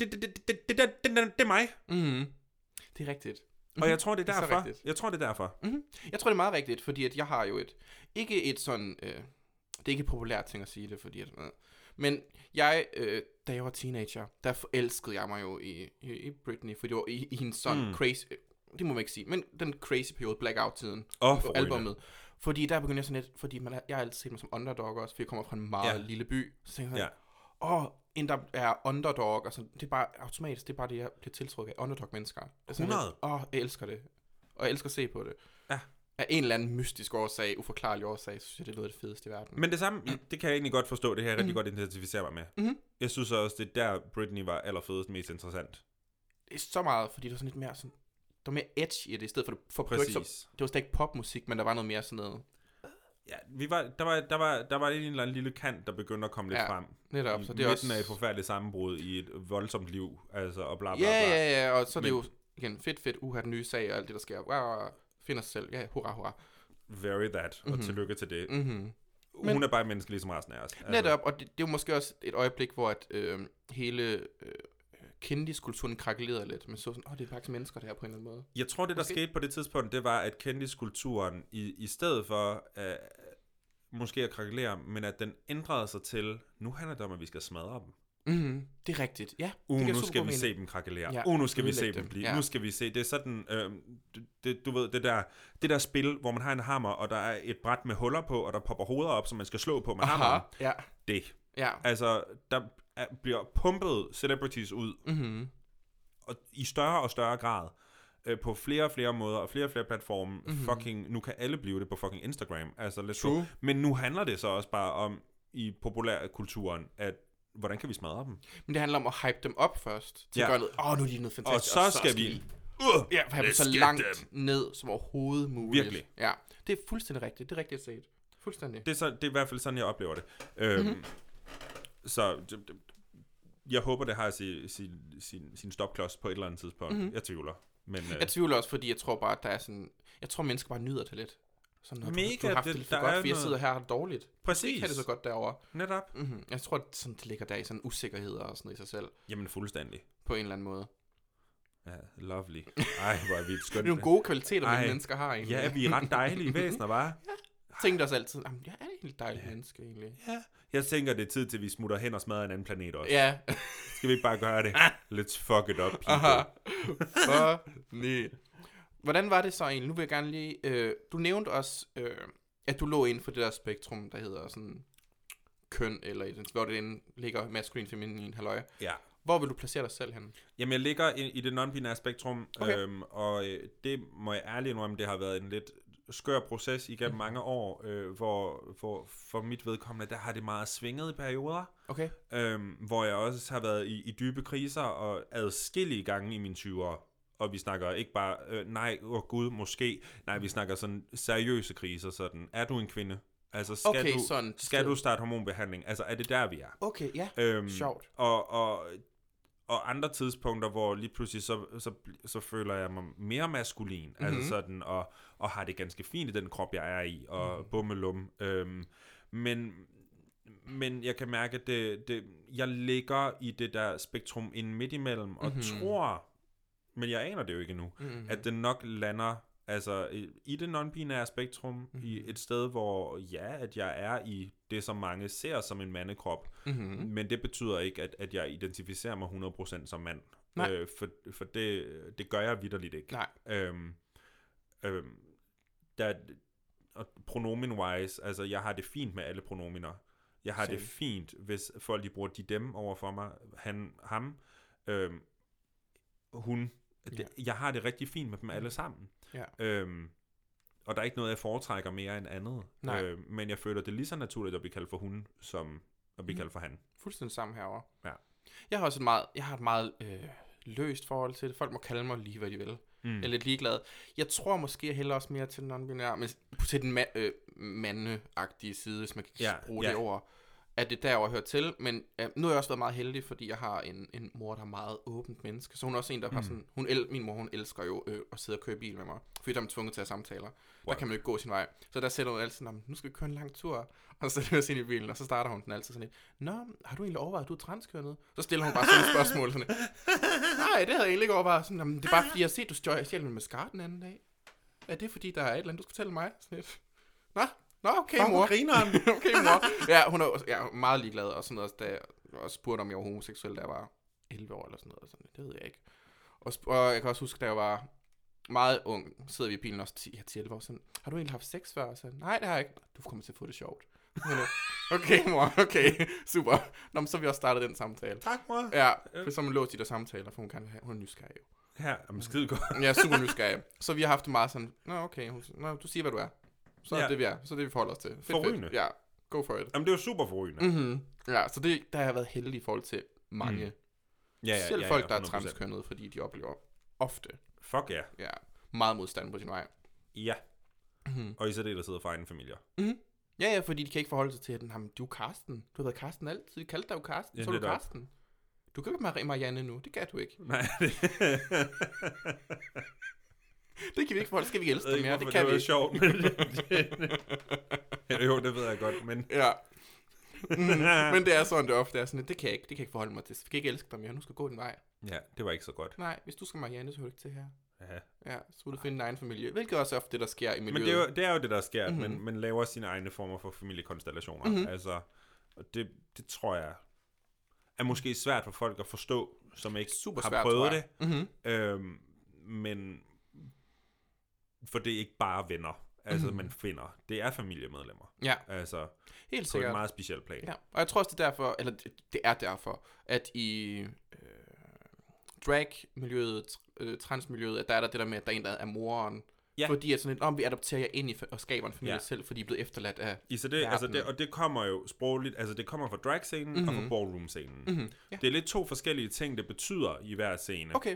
er mig. Det er rigtigt. Og jeg tror, det er derfor. Jeg tror, det er derfor. Jeg tror, det er meget rigtigt, fordi at jeg har jo ikke et sådan, det er ikke et populært ting at sige det, fordi at, men jeg, da jeg var teenager, der forelskede jeg mig jo i Britney, for det var i hendes sådan crazy, det må man ikke sige, men den crazy periode, Blackout-tiden, albumet. Fordi der begyndte jeg sådan lidt, fordi jeg har altid set mig som underdog også, fordi jeg kommer fra en meget lille by, så tænkte jeg en der er underdog, altså det er bare automatisk, det er bare det, jeg bliver tiltrukket af underdog-mennesker. 100. Jeg elsker det. Og jeg elsker at se på det. Ja. Af en eller anden mystisk årsag, uforklarlig årsag, så synes jeg, det er noget af det fedeste i verden. Men det samme, det kan jeg egentlig godt forstå, det her rigtig godt identificere mig med. Jeg synes også, det er der Britney var allerfedest, mest interessant. Det er så meget, fordi det var sådan lidt mere sådan, der var mere edge i det, i stedet for præcis. Det var slet ikke popmusik, men der var noget mere sådan noget. Ja, der var en eller anden lille kant, der begyndte at komme lidt frem. Netop, så det er midten af et forfærdeligt sammenbrud i et voldsomt liv, altså, og bla bla bla. Ja, og så er det jo, igen, fedt, den nye sag, og alt det, der sker. Wow, finder sig selv, ja, hurra. Very that, og tillykke til det. Hun er bare menneske, ligesom resten af os. Altså. Netop, og det er jo måske også et øjeblik, hvor at, hele kendiskulturen krakelerede lidt, men så sådan, det er faktisk mennesker, det her på en eller anden måde. Jeg tror, det der skete på det tidspunkt, det var, at kendiskulturen, i stedet for måske at krakelere, men at den ændrede sig til, nu handler det om, at vi skal smadre dem. Det er rigtigt, ja. Nu skal vi se dem krakelere. Nu skal vi se dem blive. Nu skal vi se. Det er sådan, du ved, det der spil, hvor man har en hammer, og der er et bræt med huller på, og der popper hoveder op, som man skal slå på med hammeren. Ja. Det. Ja. Altså, der bliver pumpet celebrities ud, og i større og større grad, på flere og flere måder, og flere platforme, fucking, nu kan alle blive det på fucking Instagram, altså let's go. Men nu handler det så også bare om, i populærkulturen, at hvordan kan vi smadre dem? Men det handler om at hype dem op først. Til at gøre noget, nu er de noget fantastisk. Og så skal vi... have dem så langt ned som overhovedet muligt. Virkelig. Ja, det er fuldstændig rigtigt. Det er rigtigt set. Fuldstændig. Det er i hvert fald sådan, jeg oplever det. Så jeg håber, det har sin stopklods på et eller andet tidspunkt. Jeg tvivler. Men, jeg tvivler også, fordi jeg tror bare, at der er sådan... Jeg tror, mennesker bare nyder det lidt. Sådan, du har haft det lidt for godt, fordi jeg sidder her og har det dårligt. Præcis. Jeg kan det så godt derovre. Netop. Jeg tror, at sådan, det ligger der i sådan usikkerhed og sådan noget i sig selv. Jamen, fuldstændig. På en eller anden måde. Ja, lovely. Ej, hvor er vi skønt. Det er nogle gode kvaliteter, vi mennesker har egentlig. Ja, vi er ret dejlige væsener, hva'? Jeg tænkte også altid, jeg er et helt dejligt menneske egentlig. Ja. Jeg tænker, det er tid til, vi smutter hen og smadrer en anden planet også. Ja. Skal vi ikke bare gøre det? Let's fuck it up, people. Hvordan var det så egentlig? Nu vil jeg gerne lige... du nævnte også, at du lå inden for det der spektrum, der hedder sådan køn, eller hvor det ligger maskulin, feminin, halløj. Ja. Hvor vil du placere dig selv henne? Jamen, jeg ligger i det non-binære spektrum, okay. Og det må jeg ærligt indrømme, det har været en lidt skør proces igennem mange år, hvor for mit vedkommende, der har det meget svinget i perioder. Okay. Hvor jeg også har været i dybe kriser og adskillige gange i mine 20'ere. Og vi snakker ikke bare, nej, gud, måske. Nej, vi snakker sådan seriøse kriser, sådan, er du en kvinde? Altså, skal du starte hormonbehandling? Altså, er det der, vi er? Okay, ja. Sjovt. Og andre tidspunkter, hvor lige pludselig så føler jeg mig mere maskulin, altså sådan, og har det ganske fint i den krop, jeg er i, og bummelum. Men jeg kan mærke, at jeg ligger i det der spektrum inden midt imellem, og tror, men jeg aner det jo ikke endnu, at det nok lander altså i det non-binære spektrum, i et sted, hvor at jeg er i det, som mange ser som en mandekrop, men det betyder ikke, at jeg identificerer mig 100% som mand. For det gør jeg vitterligt ikke. Nej. Pronomen-wise, altså jeg har det fint med alle pronominer. Jeg har det fint, hvis folk de bruger de dem over for mig, han, ham, hun. Jeg har det rigtig fint med dem alle sammen. Ja. Og der er ikke noget, jeg foretrækker mere end andet. Men jeg føler det lige så naturligt at blive kaldt for hun, som at blive kaldt for han. Fuldstændig sammen herovre. Ja. Jeg har et meget løst forhold til det. Folk må kalde mig lige, hvad de vil. Jeg er lidt ligeglad. Jeg tror måske, jeg hælder også mere til den non-binære, men til den mandeagtige side, hvis man kan bruge det ord. At det derover hører til, men nu har jeg også været meget heldig, fordi jeg har en mor, der er meget åbent menneske, så hun er også en, der har sådan, min mor, hun elsker jo at sidde og køre bil med mig, fordi der er tvunget til at samtaler. Der kan man jo ikke gå sin vej. Så der sætter hun altid, nu skal vi køre en lang tur, og så sætter vi os ind i bilen, og så starter hun den altid sådan lidt, nå, har du egentlig overvejet, at du er transkønnet? Så stiller hun bare sådan et spørgsmål, sådan lidt, nej, det havde jeg egentlig ikke overvejet, sådan, det er bare fordi, jeg har set, du stjæler med mascara den anden dag. Er det fordi, der er et eller andet, du skal fortælle mig? Sådan lidt, Nå, okay, mor. Okay, mor. Ja, hun er meget ligeglad, og sådan noget, da jeg også spurgte, om jeg var homoseksuel, da jeg var 11 år eller sådan noget. Sådan, det ved jeg ikke. Og jeg kan også huske, da jeg var meget ung, sidder vi i bilen også 10-11 år, sådan, har du egentlig haft sex før? Så, nej, det har jeg ikke. Du kommer til at få det sjovt. Okay, mor, okay, super. Nå, men så har vi også startet den samtale. Tak, mor. Ja, for så man låst de der samtaler, for hun er nysgerrig jo. Ja, men skide godt. Ja, super nysgerrig. Så vi har haft det meget sådan, okay, du siger, hvad du er. Så er det, vi er. Så det, vi forholder os til. Forrygende. Ja, go for it. Jamen, det er jo super forrygende. Ja, så der har jeg været heldig i forhold til mange. Selv folk, der er transkønnede, fordi de oplever ofte. Fuck ja. Ja, meget modstand på sin vej. Ja. Og især det, der sidder fra egen familie. Ja, fordi de kan ikke forholde sig til, at du er Karsten. Du har været Karsten altid. Vi kaldte dig jo Karsten, ja, så er du Karsten. Du kan ikke være Marianne nu. Det kan du ikke. Nej. Det kan vi ikke forholde. Skal vi elske dig mere? Det kan vi ikke. Det sjovt, men jo, det ved jeg godt, men... Ja. Men det er sådan, det ofte er sådan, det kan jeg ikke forholde mig til. Vi kan ikke elske dig mere. Nu skal gå din vej. Ja, det var ikke så godt. Nej, hvis du skal Marianne, så hører du ikke til her. Ja, så vil du finde din egen familie. Hvilket også er ofte det, der sker i miljøet. Men det er jo det, der sker, at man laver sine egne former for familiekonstellationer. Altså, det tror jeg er måske svært for folk at forstå, som ikke har prøvet det. Men for det er ikke bare venner, altså man finder. Det er familiemedlemmer. Ja. Altså, helt sikkert. På et meget specielt plan. Ja. Og jeg tror også, det er derfor, eller det er derfor, at i drag-miljøet, transmiljøet, at der er det der med, at der er en, der er moren, Ja. Fordi at sådan om vi adopterer jer ind i og skaber en familie selv, fordi I er blevet efterladt af Så det, altså det, og det kommer jo sprogligt, altså det kommer fra drag-scenen og fra ballroom-scenen. Mm-hmm. Ja. Det er lidt 2 forskellige ting, det betyder i hver scene. Okay.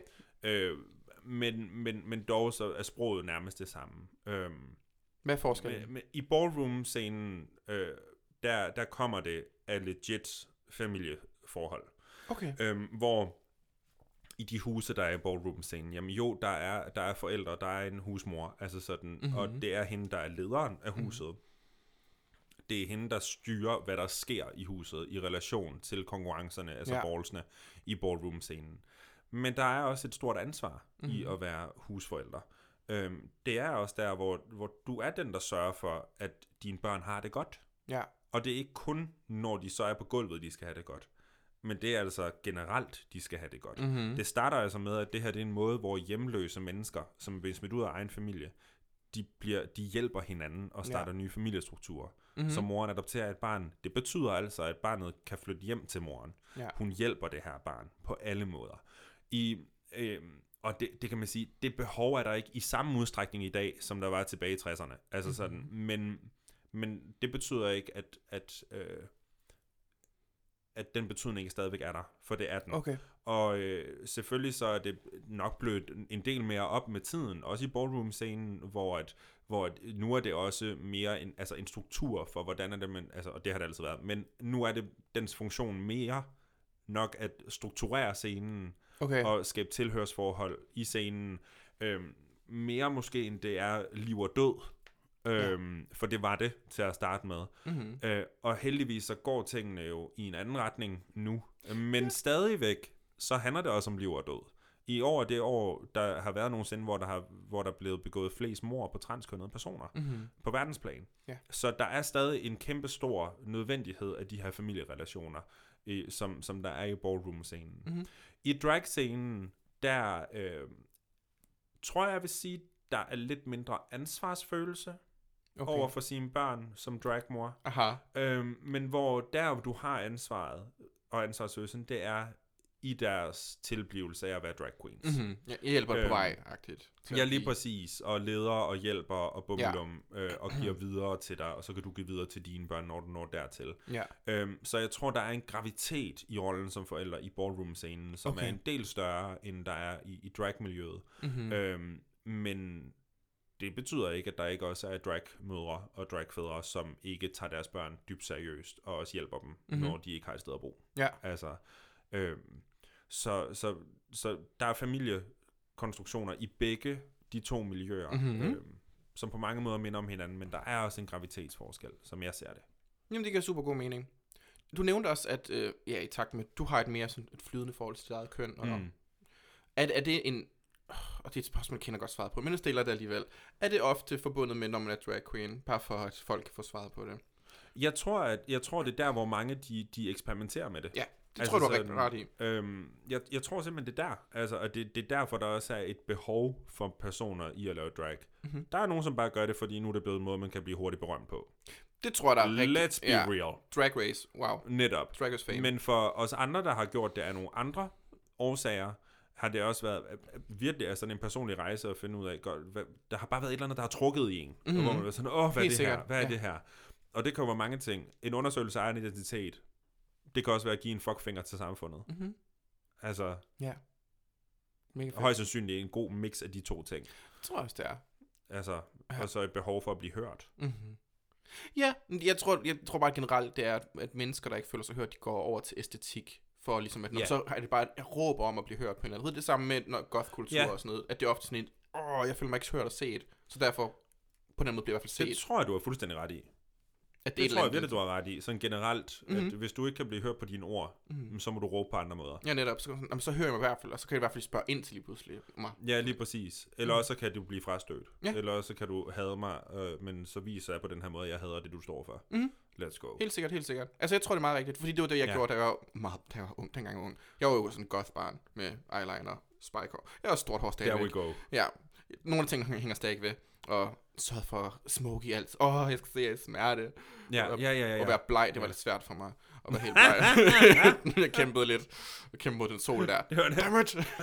Men dog så er sproget nærmest det samme. Hvad er forskellen? Men i ballroom-scenen, der kommer det af legit familieforhold. Okay. Hvor i de huse, der er i ballroom-scenen, jamen jo, der er forældre, der er en husmor, altså sådan, og det er hende, der er lederen af huset. Det er hende, der styrer, hvad der sker i huset i relation til konkurrencerne, altså ballsene i ballroom-scenen. Men der er også et stort ansvar i at være husforælder. Det er også der, hvor du er den, der sørger for, at dine børn har det godt. Ja. Og det er ikke kun, når de så er på gulvet, de skal have det godt. Men det er altså generelt, de skal have det godt. Mm-hmm. Det starter altså med, at det her det er en måde, hvor hjemløse mennesker, som bliver smidt ud af egen familie, de hjælper hinanden og starter nye familiestrukturer. Så moren adopterer et barn. Det betyder altså, at barnet kan flytte hjem til moren. Ja. Hun hjælper det her barn på alle måder. Og det kan man sige, det behov er der ikke i samme udstrækning i dag, som der var tilbage i 60'erne. Altså sådan, men det betyder ikke, at den betydning ikke stadigvæk er der, for det er den. Okay. Og selvfølgelig så er det nok blevet en del mere op med tiden, også i ballroom-scenen, hvor nu er det også mere en struktur for, hvordan er det, men, altså, og det har det altid været, men nu er det dens funktion mere nok at strukturere scenen, og skabe tilhørsforhold i scenen, mere måske end det er liv og død, for det var det til at starte med. Og heldigvis så går tingene jo i en anden retning nu, men stadigvæk så handler det også om liv og død. I år det år, der har været nogensinde, hvor der er blevet begået flest mord på transkønnede personer på verdensplan. Ja. Så der er stadig en kæmpe stor nødvendighed af de her familierelationer, som der er i ballroom-scenen. I drag-scenen, der tror jeg vil sige, der er lidt mindre ansvarsfølelse over for sine børn som dragmor. Aha. Men hvor du har ansvaret og ansvarsfølelsen, det er i deres tilblivelse af at være drag queens. Jeg hjælper på vej-agtigt. Ja, lige præcis. Og leder og hjælper og bummelum og giver videre til dig, og så kan du give videre til dine børn, når du når dertil. Ja. Så jeg tror, der er en gravitet i rollen som forældre i ballroom-scenen, som er en del større, end der er i drag-miljøet. Men det betyder ikke, at der ikke også er drag-mødre og drag-fædre, som ikke tager deres børn dybt seriøst, og også hjælper dem, når de ikke har et sted at bo. Ja. Altså, så der er familiekonstruktioner i begge de 2 miljøer, som på mange måder minder om hinanden, men der er også en gravitetsforskel, som jeg ser det. Jamen, det giver super god mening. Du nævnte også, at i takt med, du har et mere sådan et flydende forhold til dit eget køn. Og er det en... Og det er et spørgsmål, jeg kender godt svaret på, men jeg stiller det alligevel. Er det ofte forbundet med, når man er drag queen, bare for at folk kan få svaret på det? Jeg tror, det er der, hvor mange de eksperimenterer med det. Ja, det tror du er rigtig ret i. Jeg tror simpelthen, det er der. Altså, og det er derfor, der også er et behov for personer i at lave drag. Der er nogen, som bare gør det, fordi nu er det blevet en måde, man kan blive hurtigt berømt på. Det tror jeg, der er rigtigt. Let's be real. Drag race, wow. Netop. Drag race fame. Men for os andre, der har gjort det af nogle andre årsager, har det også været virkelig altså en personlig rejse at finde ud af, der har bare været et eller andet, der har trukket i en. Hvor man er sådan, hvad er det her? Hvad er det her? Og det kan jo være mange ting. En undersøgelse af egen identitet, det kan også være at give en fuckfinger til samfundet. Altså, højst sandsynligt en god mix af de 2 ting. Jeg tror også, det er. Altså, og så et behov for at blive hørt. Ja, jeg tror bare generelt, det er, at mennesker, der ikke føler sig hørt, de går over til æstetik. For ligesom, at så er det bare et råb om at blive hørt på en eller anden. Det er det samme med goth-kultur og sådan noget. At det er ofte sådan jeg føler mig ikke hørt og set. Så derfor, på den måde bliver jeg i hvert fald set. Det tror jeg, du har fuldstændig ret i. Det tror jeg virkelig, du har ret i. Sådan generelt, at hvis du ikke kan blive hørt på dine ord, så må du råbe på andre måder. Ja, netop. Så hører jeg mig i hvert fald, og så kan jeg i hvert fald spørge ind til lige pludselig mig. Ja, lige præcis. Eller også kan du blive frastødt. Eller også kan du hade mig, men så viser jeg på den her måde, jeg hader det, du står for. Let's go. Helt sikkert. Altså, jeg tror, det er meget rigtigt, fordi det var det, jeg gjorde, da jeg var ung, dengang jeg var ung. Jeg var jo sådan en goth-barn med eyeliner, spikehår. Jeg var stort hår stadigvæk. There we go. Ja, nogle af tingene hænger stadig ved. Og sørget for smoke i alt. Jeg skal se, at jeg smerte. Ja. Og være bleg, det var lidt svært for mig. At være helt bleg. Jeg kæmpede lidt. Jeg kæmpede mod den sol der.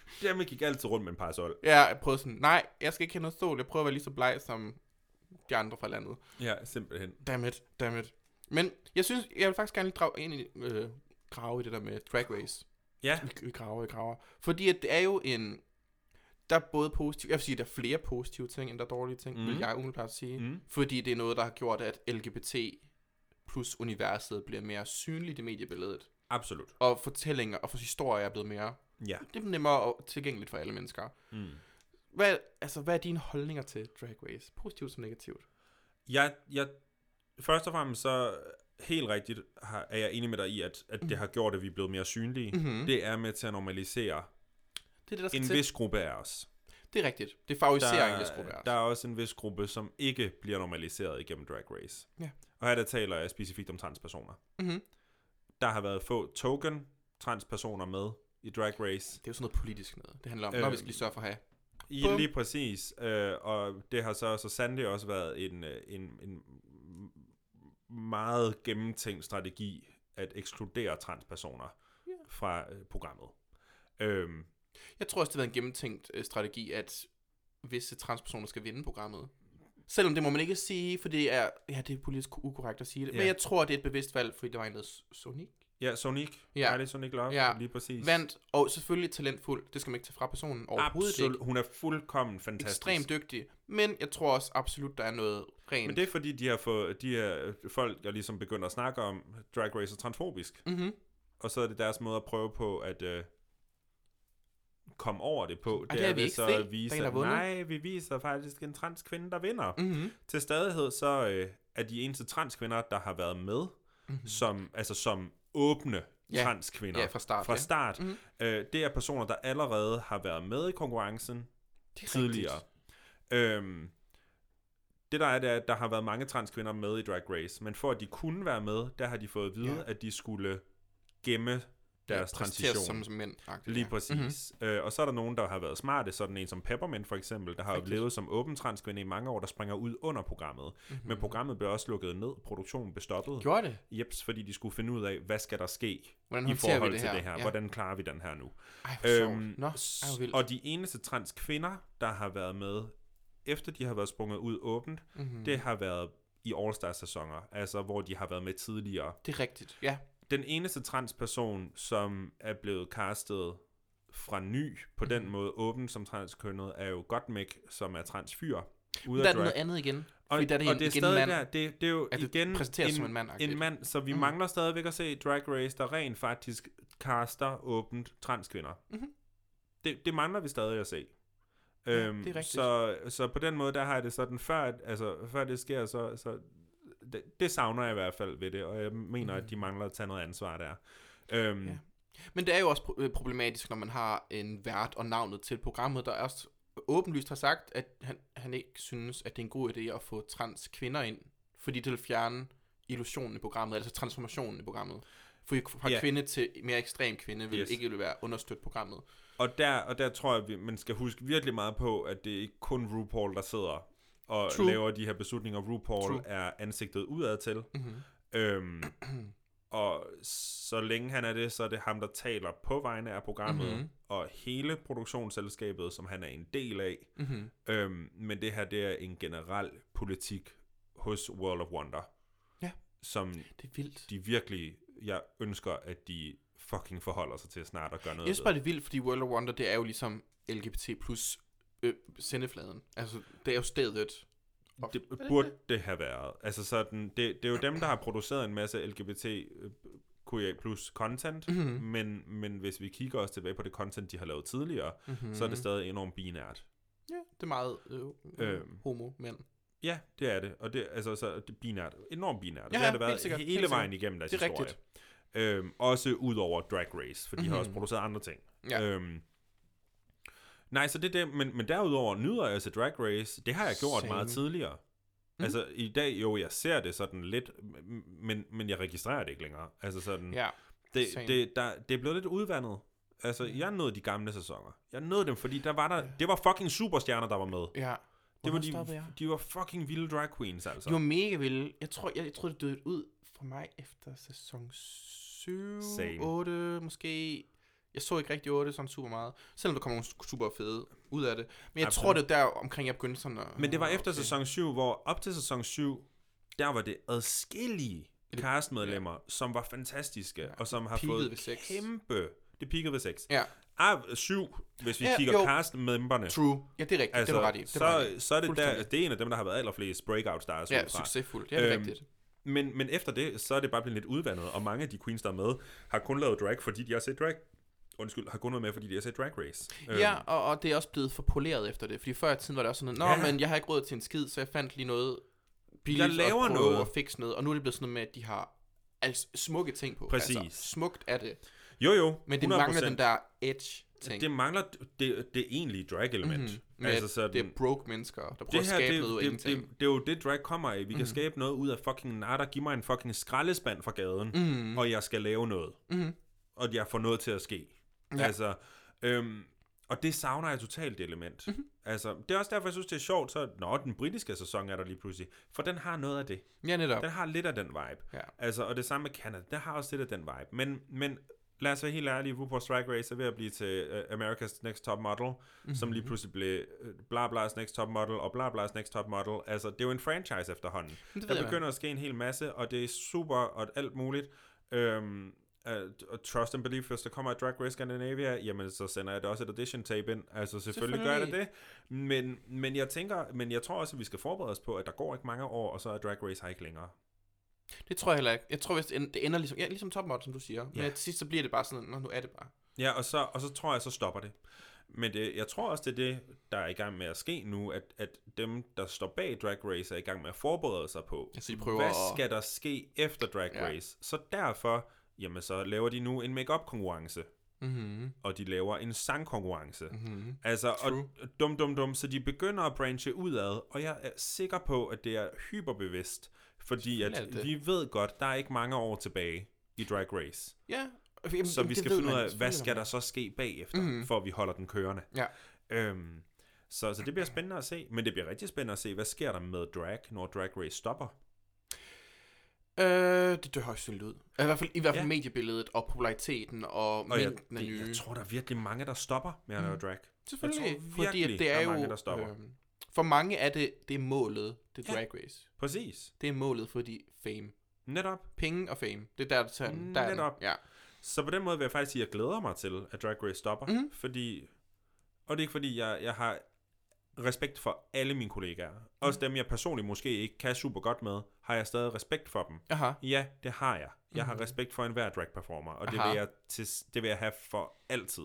Jamen, gik altid rundt med en parasol. Ja, jeg prøvede sådan, nej, jeg skal ikke have noget sol. Jeg prøver at være lige så bleg som de andre fra landet. Ja, simpelthen. Dammit. Men jeg synes, jeg vil faktisk gerne lige grave i det der med Drag Race. Ja. Vi graver. Fordi at det er jo der er både positive, jeg vil sige, der er flere positive ting, end der er dårlige ting, vil jeg umiddelbart sige. Fordi det er noget, der har gjort, at LGBT plus universet bliver mere synligt i mediebilledet. Absolut. Og fortællinger og historier er blevet mere... Ja. Det er nemmere og tilgængeligt for alle mennesker. Hvad er dine holdninger til Drag Race? Positivt som negativt? Jeg først og fremmest så helt rigtigt er jeg enig med dig i, at det har gjort, at vi er blevet mere synlige. Det er med til at normalisere det, der skal en til. Vis gruppe af os. Det er rigtigt. Det favoriserer en vis gruppe af os. Der er også en vis gruppe, som ikke bliver normaliseret igennem Drag Race. Ja. Og her der taler jeg specifikt om transpersoner. Der har været få token transpersoner med i Drag Race. Det er jo sådan noget politisk noget. Det handler om, når vi skal lige sørge for at have. Lige præcis. Og det har så sandelig også været en meget gennemtænkt strategi at ekskludere transpersoner fra programmet. Jeg tror også, det har været en gennemtænkt strategi, at visse transpersoner skal vinde programmet. Selvom det må man ikke sige, for det er politisk ukorrekt at sige det. Ja. Men jeg tror, det er et bevidst valg, fordi der var en, der Sonic. Ja, Sonic. Ja. Riley Sonic Love, lige præcis. Vandt, og selvfølgelig talentfuld. Det skal man ikke tage fra personen overhovedet. Absolut. Hun er fuldkommen fantastisk. Ekstremt dygtig. Men jeg tror også absolut, der er noget rent. Men det er fordi, de her folk, der ligesom begynder at snakke om Drag Race er transfobisk. Og så er det deres måde at prøve på at komme over det på. Det er vi ikke så at vise, nej, vi viser faktisk en transkvinde, der vinder. Til stadighed så er de eneste transkvinder, der har været med, som åbne transkvinder fra start. Det er personer, der allerede har været med i konkurrencen tidligere. Det der er, at der har været mange transkvinder med i Drag Race, men for at de kunne være med, der har de fået at vide, at de skulle gemme deres transition. Som mænd. Lige præcis. Og så er der nogen, der har været smarte, sådan en som Peppermint for eksempel, der har levet som åben transkvinde i mange år, der springer ud under programmet. Men programmet blev også lukket ned, produktionen blev stoppet. Gjorde det? Jeps, fordi de skulle finde ud af, hvad skal der ske i forhold til det her. Ja. Hvordan klarer vi den her nu? Og de eneste transkvinder, der har været med, efter de har været sprunget ud åbent, det har været i All-Star-sæsoner, altså hvor de har været med tidligere. Det er rigtigt, ja. Den eneste transperson, som er blevet castet fra ny på den måde, åben som transkønnet, er jo Gottmik, som er transfyr. Der er noget andet igen. Og det er stadig der, det er jo igen præsenteres som en mand, så vi mangler stadigvæk at se Drag Race, der rent faktisk caster åbent transkvinder. Det mangler vi stadig at se. Det er rigtigt. Så på den måde, der har jeg det sådan, før det sker, så det savner jeg i hvert fald ved det, og jeg mener, at de mangler at tage noget ansvar der. Men det er jo også problematisk, når man har en vært og navnet til programmet, der også åbenlyst har sagt, at han ikke synes, at det er en god idé at få trans kvinder ind, fordi det vil fjerne illusionen i programmet, altså transformationen i programmet. For fra kvinde til mere ekstrem kvinde vil ikke være understøtte programmet. Og der tror jeg, at man skal huske virkelig meget på, at det er ikke kun RuPaul, der sidder og laver de her beslutninger. RuPaul er ansigtet udad til. Og så længe han er det, så er det ham, der taler på vegne af programmet, og hele produktionsselskabet, som han er en del af. Men det her, det er en generel politik hos World of Wonder. Ja, som det er vildt. De virkelig, jeg ønsker, at de fucking forholder sig til snart og gør noget. Jeg synes bare, det er vildt, fordi World of Wonder, det er jo ligesom LGBT plus sendefladen. Altså, det er jo stedet. Det burde det have været. Altså sådan, det er jo dem, der har produceret en masse LGBTQIA plus content, men hvis vi kigger også tilbage på det content, de har lavet tidligere, så er det stadig enormt binært. Ja, det er meget homo, mænd. Ja, det er det. Og det, altså, så det er binært. Enormt binært. Ja, det har det været hele vejen igennem deres historie. Også ud over Drag Race, for de har også produceret andre ting. Ja. Nej, så det er det, men derudover nyder jeg til Drag Race. Det har jeg gjort meget tidligere. Altså i dag, jo, jeg ser det sådan lidt, men jeg registrerer det ikke længere. Altså sådan, det er blevet lidt udvandet. Altså, jeg nåede de gamle sæsoner. Jeg nåede dem, fordi det var fucking superstjerner, der var med. Ja. Det var de var fucking vilde drag queens, altså. De var mega vilde. Jeg tror, det døde ud for mig efter sæson 7, 8, måske. Jeg så ikke rigtig 8 sådan super meget, selvom der kommer nogle super fede ud af det. Men jeg Absolut. tror, det er der omkring, jeg begyndte sådan at... Men det var efter sæson 7, hvor op til sæson 7, der var det adskillige castmedlemmer, som var fantastiske, og som har Peakede ved fået 6. kæmpe... Det peakede ved 6. Ja. 7, hvis vi Ja, kigger jo. castmemberne. True. Ja, det er rigtigt. Altså, det var ret i. så er det der, det er en af dem, der har været allerflest breakout stars Ja, udefra. succesfuldt. Ja, det er rigtigt. Men efter det, så er det bare blevet lidt udvandet, og mange af de queens, der er med, har kun lavet drag, fordi de har set drag. Har kun været med, fordi de har set Drag Race. Ja, og det er også blevet for poleret efter det. Fordi før i tiden var det også sådan noget, men jeg har ikke råd til en skid, så jeg fandt lige noget billigt Jeg laver noget og fikse noget. Og nu er det blevet sådan noget med, at de har smukke ting på. Præcis. Altså, smukt er det. Jo, Men det 100%. mangler den der edge ting. Det mangler det egentlige drag-element. Altså sådan, det er broke mennesker, der prøver at skabe noget ud af ingenting. Det er jo det, drag kommer af. Vi kan skabe noget ud af fucking natter. Giv mig en fucking skraldespand fra gaden, og jeg skal lave noget. Og jeg får noget til at ske. Ja. Altså, og det savner jeg totalt, det element. Altså, det er også derfor, jeg synes, det er sjovt, så den britiske sæson er der lige pludselig. For den har noget af det. Ja, netop. Den har lidt af den vibe. Ja. Altså, og det samme med Canada, der har også lidt af den vibe. Men lad os være helt ærlige, RuPaul's Drag Race er ved at blive til America's Next Top Model, som lige pludselig blev bla bla's Next Top Model, og bla bla's Next Top Model. Altså, det er jo en franchise efterhånden. Der begynder at ske en hel masse, og det er super, og alt muligt. Trust and Believe, hvis der kommer et Drag Race Scandinavia, jamen så sender jeg da også et audition tape ind. Altså selvfølgelig gør jeg det. Men jeg tror også, at vi skal forberede os på, at der går ikke mange år, og så er Drag Race her ikke længere. Det tror jeg heller ikke. Jeg tror, hvis det ender ligesom, ligesom Top Model, som du siger. Men til sidst, så bliver det bare sådan, nu er det bare. Ja, og så tror jeg, så stopper det. Men jeg tror også, det er det, der er i gang med at ske nu, at dem, der står bag Drag Race, er i gang med at forberede sig på, hvad skal der ske efter Drag Race? Så derfor, jamen så laver de nu en make-up konkurrence. Og de laver en sangkonkurrence. Altså, og så de begynder at branche udad, og jeg er sikker på, at det er hyperbevidst, fordi at vi ved godt, der er ikke mange år tilbage i Drag Race. Ja. Så vi skal finde ud af, hvad skal der så ske bagefter, for at vi holder den kørende. Ja. Så det bliver spændende at se, men det bliver rigtig spændende at se, hvad sker der med drag, når Drag Race stopper? Det dør højst sandsynligt ud. I hvert fald mediebilledet og populariteten og mængden af nye. Jeg tror, der er virkelig mange, der stopper med at lave drag. Selvfølgelig, fordi det er jo... mange, der stopper. For mange er det er målet, det er Drag Race. Præcis. Det er målet, fordi fame. Netop. Penge og fame. Det er der Netop. Ja. Så på den måde vil jeg faktisk sige, at jeg glæder mig til, at Drag Race stopper. Fordi... Og det er ikke fordi, jeg har respekt for alle mine kollegaer. Også dem, jeg personligt måske ikke kan super godt med, har jeg stadig respekt for dem. Aha. Ja, det har jeg. Jeg har respekt for enhver drag performer, og det vil jeg have for altid.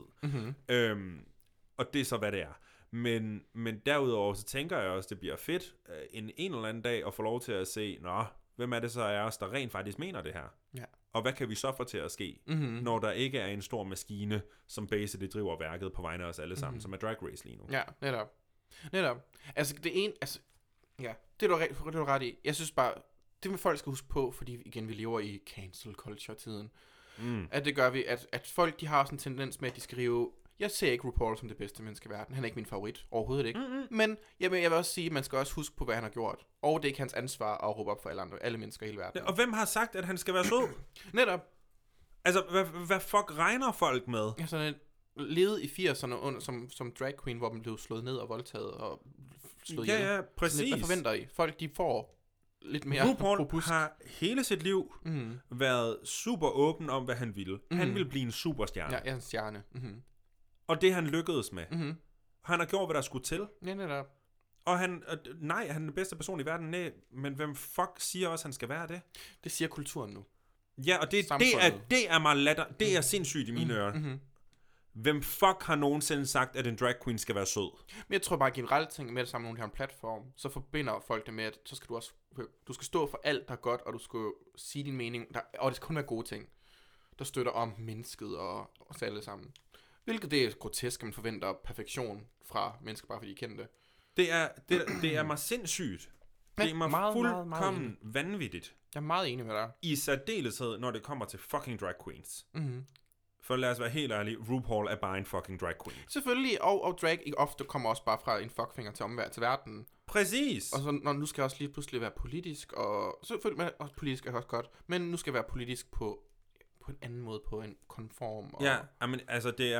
Og det er så, hvad det er. Men derudover, så tænker jeg også, det bliver fedt en eller anden dag at få lov til at se, hvem er det så af os, der rent faktisk mener det her? Ja. Og hvad kan vi så få til at ske, når der ikke er en stor maskine, som basically driver værket på vegne af os alle sammen, som er Drag Race lige nu? Ja, netop. Altså, det ene, altså, ja, det er du ret i. Jeg synes bare, det med folk skal huske på, fordi igen, vi lever i cancel culture-tiden, at det gør vi, at folk, de har sådan en tendens med, at de skriver, jeg ser ikke RuPaul som det bedste menneske i verden. Han er ikke min favorit. Overhovedet ikke. Men jeg vil også sige, at man skal også huske på, hvad han har gjort. Og det er ikke hans ansvar at råbe op for alle mennesker i hele verden. Ja, og hvem har sagt, at han skal være sød? Netop. Altså, hvad fuck regner folk med? Ja, sådan levede i 80'erne som drag queen, hvor man blev slået ned og voldtaget og slået ihjel. Ja, præcis. Hvad forventer I? Folk, de får lidt mere RuPaul robust. har hele sit liv været super åben om, hvad han ville. Han ville blive en superstjerne. Ja, en stjerne. Og det han lykkedes med. Han har gjort, hvad der skulle til. Ja, netop. Og han er den bedste person i verden. Nej, men hvem fuck siger også, han skal være det? Det siger kulturen nu. Ja, og det er mig latter. Det er sindssygt i mine ører. Hvem fuck har nogensinde sagt, at en drag queen skal være sød? Men jeg tror bare generelt ting med det samme, når de har en platform, så forbinder folk det med, at så skal du skal stå for alt, der er godt, og du skal sige din mening, og det skal kun være gode ting, der støtter om mennesket og os alle sammen. Hvilket det er grotesk, at man forventer perfektion fra mennesker, bare fordi de kender det. Det er mig sindssygt. Det er mig fuldkommen vanvittigt. Jeg er meget enig med dig. I særdeleshed, når det kommer til fucking drag queens. For lad os være helt ærlige, RuPaul er bare en fucking drag queen. Selvfølgelig, og drag ofte kommer også bare fra en fuckfinger til verden. Præcis. Og så når nu skal også lige pludselig være politisk, og selvfølgelig også politisk er også godt, men nu skal være politisk på på en anden måde, på en konform. Og... Ja, men altså, det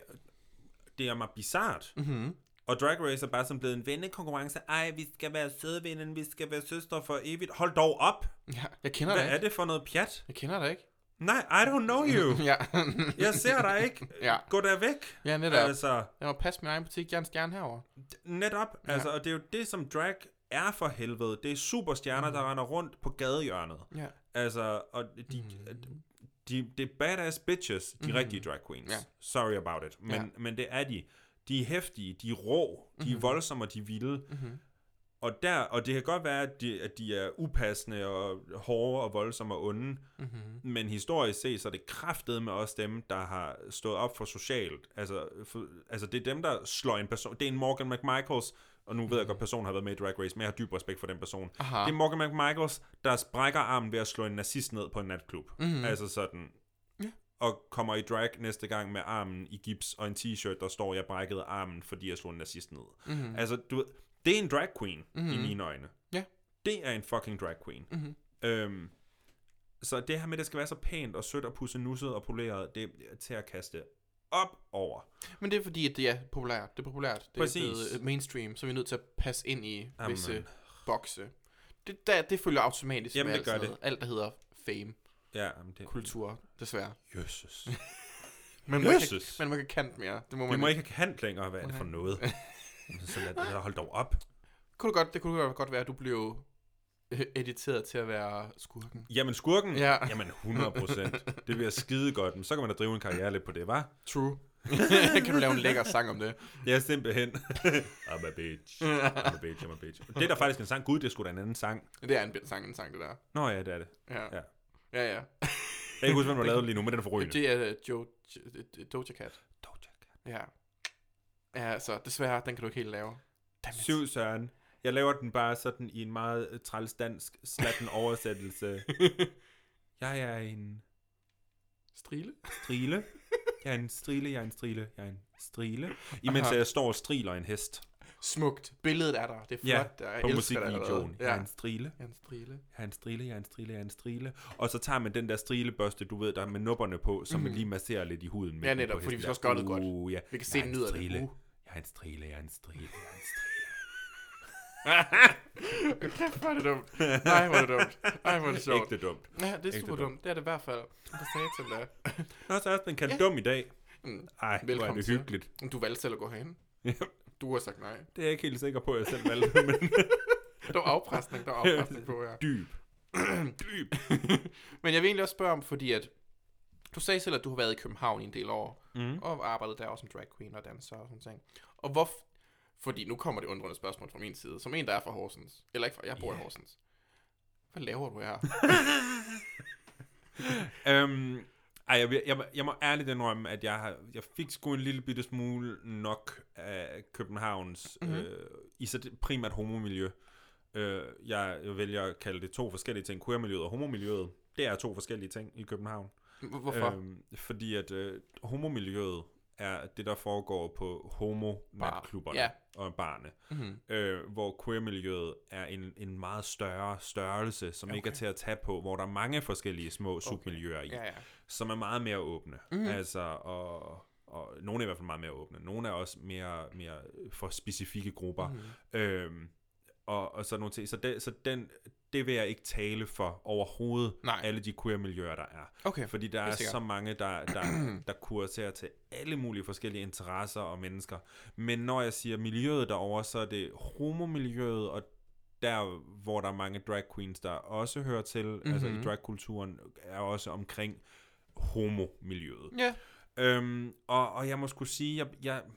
er mig bizart. Mm-hmm. Og Drag Race er bare som blevet en vennekonkurrence. Ej, vi skal være sødvennen, vi skal være søstre for evigt. Hold dog op! Ja, jeg kender Hvad dig ikke. er det for noget pjat? Jeg kender dig ikke. Nej, I don't know you. Ja. Jeg ser dig ikke. Ja. Gå der væk. Ja, netop. Altså, Jeg må passe min egen butik, jeg er en stjerne herovre. netop. Ja. Altså, og det er jo det, som drag er for helvede. Det er superstjerner, der render rundt på gadehjørnet. Ja. Altså, og det er badass bitches, de rigtige drag queens. Ja. Sorry about it. Men det er de. De er heftige, de er rå, de er voldsomme, og de er vilde. Mm-hmm. Og det kan godt være, at de er upassende og hårde og voldsomme og onde, men historisk set, så er det kraftedeme også dem, der har stået op for socialt. Altså det er dem, der slår en person. Det er en Morgan McMichaels, og nu ved jeg godt, at personen har været med i Drag Race, men jeg har dyb respekt for den person. Aha. Det er Morgan McMichaels, der sprækker armen ved at slå en nazist ned på en natklub. Altså sådan... Og kommer i drag næste gang med armen i gips og en t-shirt, der står, jeg brækkede armen, fordi jeg slog en nazist ned. Mm-hmm. Altså, du ved, det er en drag queen i mine øjne. Ja. Det er en fucking drag queen. Mm-hmm. Så det her med, at det skal være så pænt og sødt og pussenusset og poleret, det er til at kaste op over. Men det er fordi, at det er populært. Det er populært. Det Præcis. er blevet mainstream, så vi er nødt til at passe ind i visse bokse. Det følger automatisk Jamen, med det gør det. alt, der hedder fame. Ja, det... Kultur, desværre. Jesus. Men man kan kant mere. Det må Vi man må ikke have kant længere, hvad er det for noget? Så lad det holde dog op. Det kunne godt være, at du blev editeret til at være skurken. Jamen skurken? Ja. Jamen 100%. Det bliver skide godt. Men så kan man da drive en karriere lidt på det, hva'? True. Kan du lave en lækker sang om det? Ja, simpelthen. I'm a bitch. I'm a bitch, I'm a bitch. Det er der faktisk en sang. Gud, det er sgu da en anden sang. Det er en sang, det der. Nå ja, det er det. Ja. Ja. Ja. Jeg kan ikke huske, hvem der lavede lige nu, men den er forrygende. Det er Doja Cat. Doja Cat. Ja. Ja, så desværre, den kan du ikke helt lave. Syv Søren. Jeg laver den bare sådan i en meget træls dansk slatten oversættelse. Jeg er en... Strile? Strile. Jeg er en strile, jeg er en strile, jeg er en strile. Imens jeg står og striler en hest. Smukt. Billedet er der. Det er flot. Ja, Jeg på elsker det musikvideoen. allerede. Jeg er en strile. Jeg er en strile. Jeg er en strile, jeg er en strile, jeg er en strile. Og så tager man den der strilebørste, du ved, der er med nupperne på, som man lige masserer lidt i huden. Ja, netop, fordi vi skal også gøre det godt. Ja. Vi kan se, den nyder det. Jeg er en strile, jeg er en strile, jeg er en strile. Kæft, hvor er det dumt. Nej, hvor er det dumt. Nej, hvor er det sjovt. Ægte dumt. Ja, det er super dumt. Det er det i hvert fald. Hvad sagde jeg til det? Nå, så er den kaldt dum i dag. Ej, hvor er Velkommen det til. hyggeligt. Du valgte selv at gå hen. Du har sagt nej. Det er jeg ikke helt sikker på, at jeg selv valgte, men Der var afpresning på her. dyb. Men jeg vil egentlig også spørge om, fordi at du sagde selv, at du har været i København i en del år, og arbejdet der også som drag queen og danser og sådan ting. Og fordi nu kommer det undrende spørgsmål fra min side, som en, der er fra Horsens. Eller ikke fra, jeg bor i Horsens. Hvad laver du her? Jeg må ærligt indrømme, at jeg fik sgu en lille bitte smule nok af Københavns, i så primært homomiljø. Jeg vælger at kalde det to forskellige ting. Queer-miljøet og homomiljøet, det er to forskellige ting i København. Hvorfor? Fordi at homomiljøet er det, der foregår på homo-natklubberne og barne. Hvor queer-miljøet er en meget større størrelse, som ikke er til at tage på, hvor der er mange forskellige små submiljøer i, som er meget mere åbne. Altså, og nogle er i hvert fald meget mere åbne. Nogle er også mere for specifikke grupper. Og sådan nogle ting. Så det vil jeg ikke tale for overhovedet. Nej. Alle de queer-miljøer, der er. Okay. Fordi der er så mange, der kurserer til alle mulige forskellige interesser og mennesker. Men når jeg siger miljøet derovre, så er det homomiljøet, og der, hvor der er mange drag queens, der også hører til, altså i dragkulturen, er også omkring homomiljøet. Ja. Og jeg må sgu sige,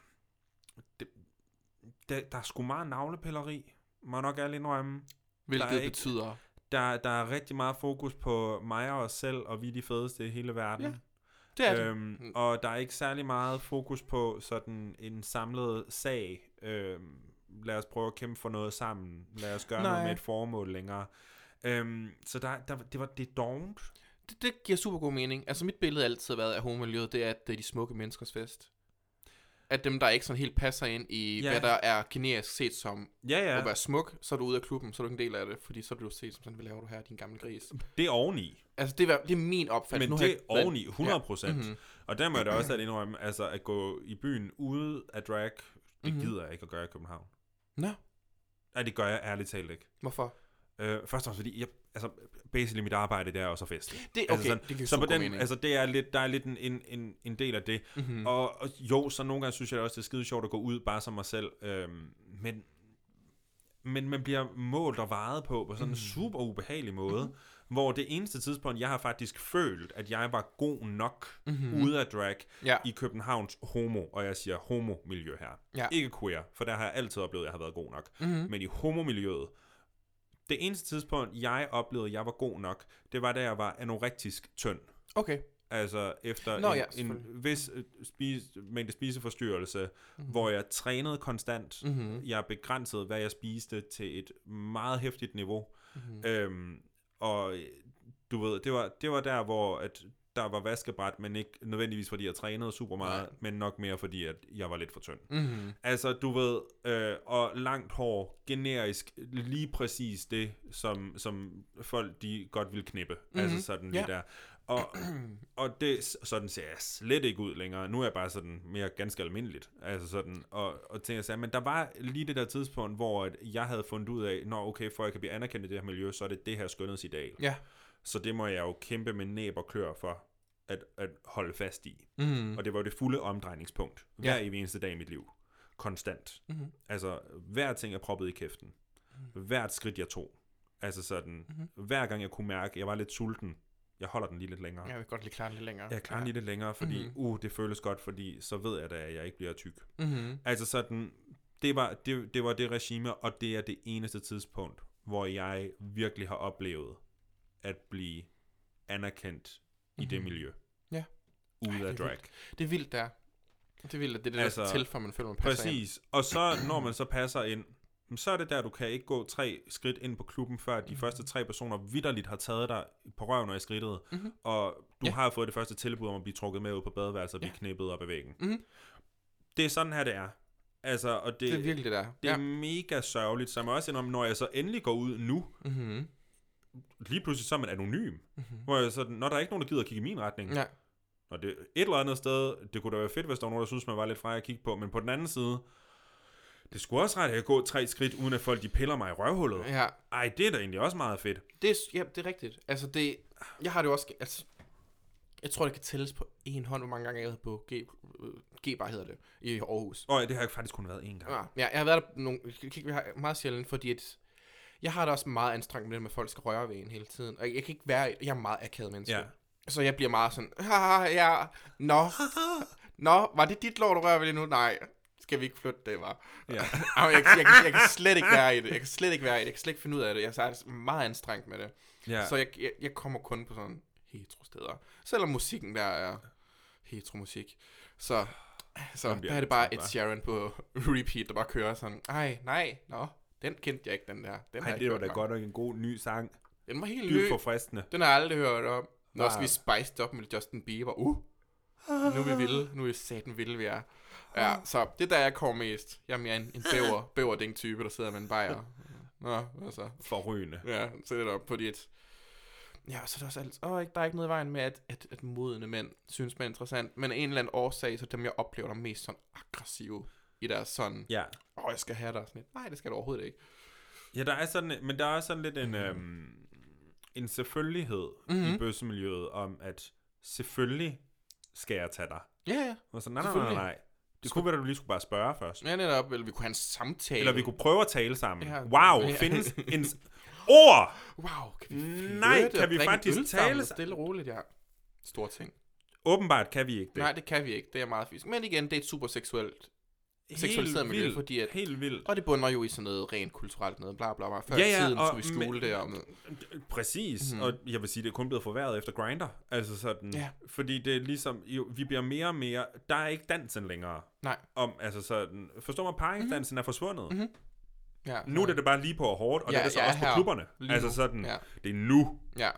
der er sgu meget navlepilleri, må jeg nok ærligt indrømme. Hvilket betyder? Der er rigtig meget fokus på mig og os selv, og vi er de fedeste i hele verden. Ja, det er det. Og der er ikke særlig meget fokus på sådan en samlet sag. Lad os prøve at kæmpe for noget sammen. Lad os gøre noget med et formål længere. Så det er dovent. Det giver super god mening. Altså mit billede har altid været af homomiljøet, det er, at det er de smukke menneskers fest. at dem, der ikke sådan helt passer ind i, hvad der er generisk set som at være smuk, så er du ude af klubben, så er du ikke en del af det, fordi så er du set som sådan, hvad laver du her, din gamle gris? Det er oveni. Altså, det er min opfattelse. Men det er oveni, 100%. Ja. Og der må jeg da også indrømme, altså at gå i byen ude af drag, det gider jeg ikke at gøre i København. Nå. Nej, det gør jeg ærligt talt ikke. Hvorfor? Først og fremmest fordi, basically mit arbejde, det er også at feste. Det, okay, altså sådan, det kan så på den, mening. Altså det er lidt, der er lidt en del af det. Og jo, så nogle gange synes jeg også, det er skide sjovt at gå ud bare som mig selv. Men man bliver målt og vejet på sådan en super ubehagelig måde, hvor det eneste tidspunkt, jeg har faktisk følt, at jeg var god nok ude af drag i Københavns homo, og jeg siger homo-miljø her. Ja. Ikke queer, for der har jeg altid oplevet, at jeg har været god nok. Men i homo-miljøet, det eneste tidspunkt, jeg oplevede, at jeg var god nok, det var, da jeg var anorektisk tynd. Okay. Altså efter en vis mængde spiseforstyrrelse, hvor jeg trænede konstant. Jeg begrænsede, hvad jeg spiste til et meget hæftigt niveau. Og du ved, det var der, hvor at der var vaskebræt, men ikke nødvendigvis, fordi jeg trænede super meget, men nok mere, fordi at jeg var lidt for tynd. Altså, du ved, og langt hår, generisk, lige præcis det, som folk, de godt vil knippe. Altså sådan lige der. Og det, sådan ser jeg slet ikke ud længere. Nu er jeg bare sådan mere ganske almindeligt. Altså sådan, og tænker sig, men der var lige det der tidspunkt, hvor jeg havde fundet ud af, okay, for at jeg kan blive anerkendt i det her miljø, så er det her skønhedsideal. Ja. Så det må jeg jo kæmpe med næb og klør for at holde fast i. Og det var jo det fulde omdrejningspunkt. Hver eneste dag i mit liv. Konstant. Altså, hver ting er proppet i kæften. Hvert skridt jeg tog. Altså sådan, hver gang jeg kunne mærke, at jeg var lidt sulten, jeg holder den lige lidt længere. Jeg vil godt lige klare den lidt længere. Jeg klarer den lige lidt længere, fordi det føles godt, fordi så ved jeg da, at jeg ikke bliver tyk. Altså sådan, det var det regime, og det er det eneste tidspunkt, hvor jeg virkelig har oplevet at blive anerkendt i det miljø. Ja. Ude af drag. Det er vildt der. Det er vildt, at det er det, der til, for man føler, man passer præcis. Ind. Og så, når man så passer ind, så er det der, du kan ikke gå 3 skridt ind på klubben, før de første 3 personer vitterligt har taget dig på røven og i skridtet, og du har fået det første tilbud om at blive trukket med ud på badeværelset og blive knippet op ad væggen. Det er sådan her, det er. Altså, og det er virkelig det der. Det er mega sørgeligt, så man også indrømme, når jeg så endelig går ud nu, lige pludselig så er man anonym, hvor jeg sådan, når der er ikke nogen, der gider at kigge i min retning. Ja. Og det et eller andet sted, det kunne da være fedt, hvis der var nogen, der synes, man var lidt fræk at kigge på, men på den anden side, det skulle også ret, at jeg gå 3 skridt, uden at folk de piller mig i røvhullet. Ja. Ej, det er da egentlig også meget fedt. Det er rigtigt. Altså jeg har det også, altså, jeg tror, det kan tælles på en hånd, hvor mange gange jeg har været på G-bar hedder det, i Aarhus. Det har faktisk kun været en gang. Ja, jeg har været der meget sjældent, fordi jeg har det også meget anstrengt med, at folk skal røre ved en hele tiden. Og jeg kan ikke være, jeg er meget akavet menneske. Ja. Så jeg bliver meget sådan, nå, var det dit lår, du rører ved lige nu? Nej, skal vi ikke flytte det, var? Ja. jeg kan slet ikke være i det. Jeg kan slet ikke finde ud af det. Jeg er meget anstrengt med det. Ja. Så jeg kommer kun på sådan hetero-steder. Selvom musikken der er hetero-musik. Så der er det bare et Sharon på repeat, der bare kører sådan, den kendte jeg ikke, den der. Det var da godt nok en god ny sang. Den var helt dybt forfriskende. Den har jeg aldrig hørt om. Når skal vi spiced op med Justin Bieber. Nu er vi vilde. Nu er vi satan vilde, vi er. Ja, så det der, jeg kommer mest. Jeg er mere en bæverding-type, der sidder med en bajer. Altså. Forrygende. Ja, så det op på dit. Ja, så er der også alt. Der er ikke noget i vejen med, at modne mænd synes, man er interessant. Men af en eller anden årsag, så dem, jeg oplever, der er mest sådan aggressive i deres sådan, jeg skal have dig sådan lidt. Nej, det skal du overhovedet ikke. Ja, der er sådan, men der er sådan lidt en selvfølgelighed i bøssemiljøet om, at selvfølgelig skal jeg tage dig. Ja. Og så nej. Det kunne være, at du lige skulle bare spørge først. Ja, netop. Eller vi kunne have en samtale. Eller vi kunne prøve at tale sammen. Ja. Wow, findes en ord! Wow, kan vi faktisk tale stille og roligt, ja. Stor ting. Åbenbart kan vi ikke det. Nej, det kan vi ikke. Det er meget fysisk. Men igen, det er et super seksualiseret miljø, fordi at, helt vildt. Og det bunder jo i sådan noget rent kulturelt noget, bla bla bla. Før tiden skulle vi skjule det om. Præcis, og jeg vil sige, det er kun blevet forværret efter Grindr. Altså sådan, fordi det er ligesom, vi bliver mere og mere, der er ikke dansen længere. Nej. Altså sådan, forstår man, paringsdansen er forsvundet. Ja, nu er det bare lige på hårdt, og det er det så også på klubberne. Altså sådan, det er nu. Ja.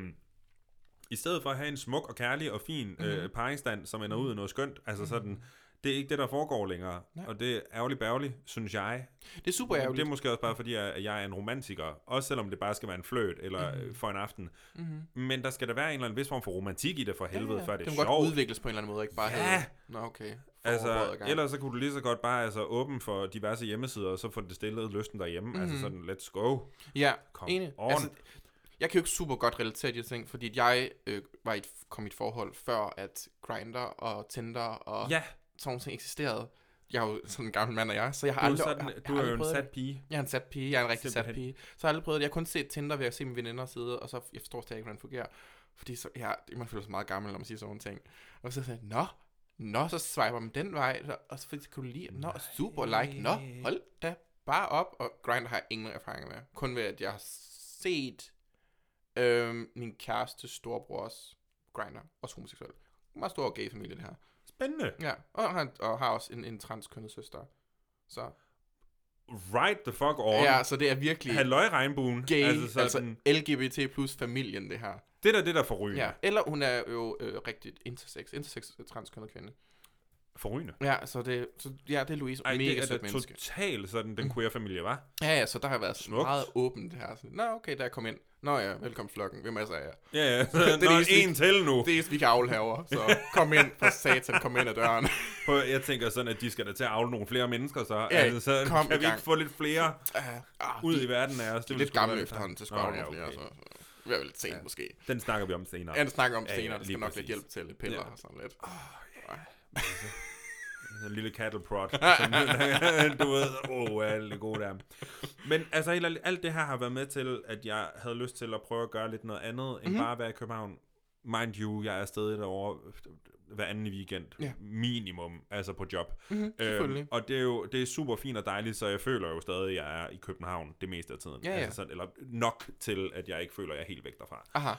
I stedet for at have en smuk og kærlig og fin paringsstand, som ender ud af noget skønt, altså sådan, Det er ikke det, der foregår længere. Nej. Og det er ærgerligt, synes jeg. Det er super Det ærgerligt. er måske også bare, fordi jeg er en romantiker. Også selvom det bare skal være en fløjt eller for en aften. Mm-hmm. Men der skal der være en eller anden vis form for romantik i det for helvede, før det er må sjovt. godt udvikles på en eller anden måde, ikke bare Ja. have... Nå, okay. Altså, ellers så kunne du lige så godt bare åbne for diverse hjemmesider, og så få det stillet lysten derhjemme. Altså sådan, let's go. Ja, Come enig. on. Altså, jeg kan jo ikke super godt relatere de ting, fordi jeg kom i et forhold før, at Grindr og Tinder og Ja, sådan nogle ting eksisterede. Jeg er jo sådan en gammel mand, og jeg, så jeg har du er, aldrig... sådan, jeg du har er jo aldrig en prøvet sat det. pige. Jeg er en sat pige, jeg er en rigtig sat Simpelthen. pige. Så har jeg aldrig prøvet det. Jeg har kun set Tinder ved at se mine veninder sidde, og så jeg forstår stadig ikke, hvordan det fungerer. Fordi så, man føler sig meget gammel, når man siger sådan nogle ting. Og så sagde jeg, nå, så swiper man den vej, og så kan du lide, super like, hold da bare op. Og Grindr har jeg ingen erfaring med. Kun ved, at jeg har set min kæreste storebrors Grindr, også homoseksuel. Meget stor gay familie, det her. Spændende. Ja, og har også en transkønnet søster. Så Right the fuck on. ja, så det er virkelig Halløj regnbuen. gay, Altså, altså LGBT plus familien, det her. det der forrygende. Ja, eller hun er jo rigtigt intersex transkønnet kvinde. Forrygende. Ja, så det er Louise, Ej, mega det er sødt da menneske. totalt sådan, den queer-familie, var. Ja, så der har været Smukt. meget åbent det her. Så, nå, okay, der kom ind. Nå ja, velkommen flokken. Hvem er så jeg? Ja, det er Nå, det, en til nu. Det er vi kan avle herovre, så kom ind for satan, kom ind ad døren. Jeg tænker sådan, at de skal da til at avle nogle flere mennesker, så, Ja, altså, så kom kan i vi gang. ikke få lidt flere ud i verden af os. Det er ville lidt sgu da gammel være efterhånden til Nå, skål ja, nogle flere, okay. så vi er vel lidt sent måske. Den snakker vi om senere. Ja, det snakker om Ja, senere, der lige skal nok lidt præcis. hjælp til lidt piller Ja. og sådan lidt. En lille cattle prod. Som, du ved, alle gode der. Men altså, alt det her har været med til, at jeg havde lyst til at prøve at gøre lidt noget andet, end bare at være i København. Mind you, jeg er stadig derovre hver anden weekend. Ja. Minimum, altså på job. Selvfølgelig. Og det er super fint og dejligt, så jeg føler jo stadig, at jeg er i København det meste af tiden. Ja, ja. Altså sådan, eller nok til, at jeg ikke føler, at jeg er helt væk derfra. Aha.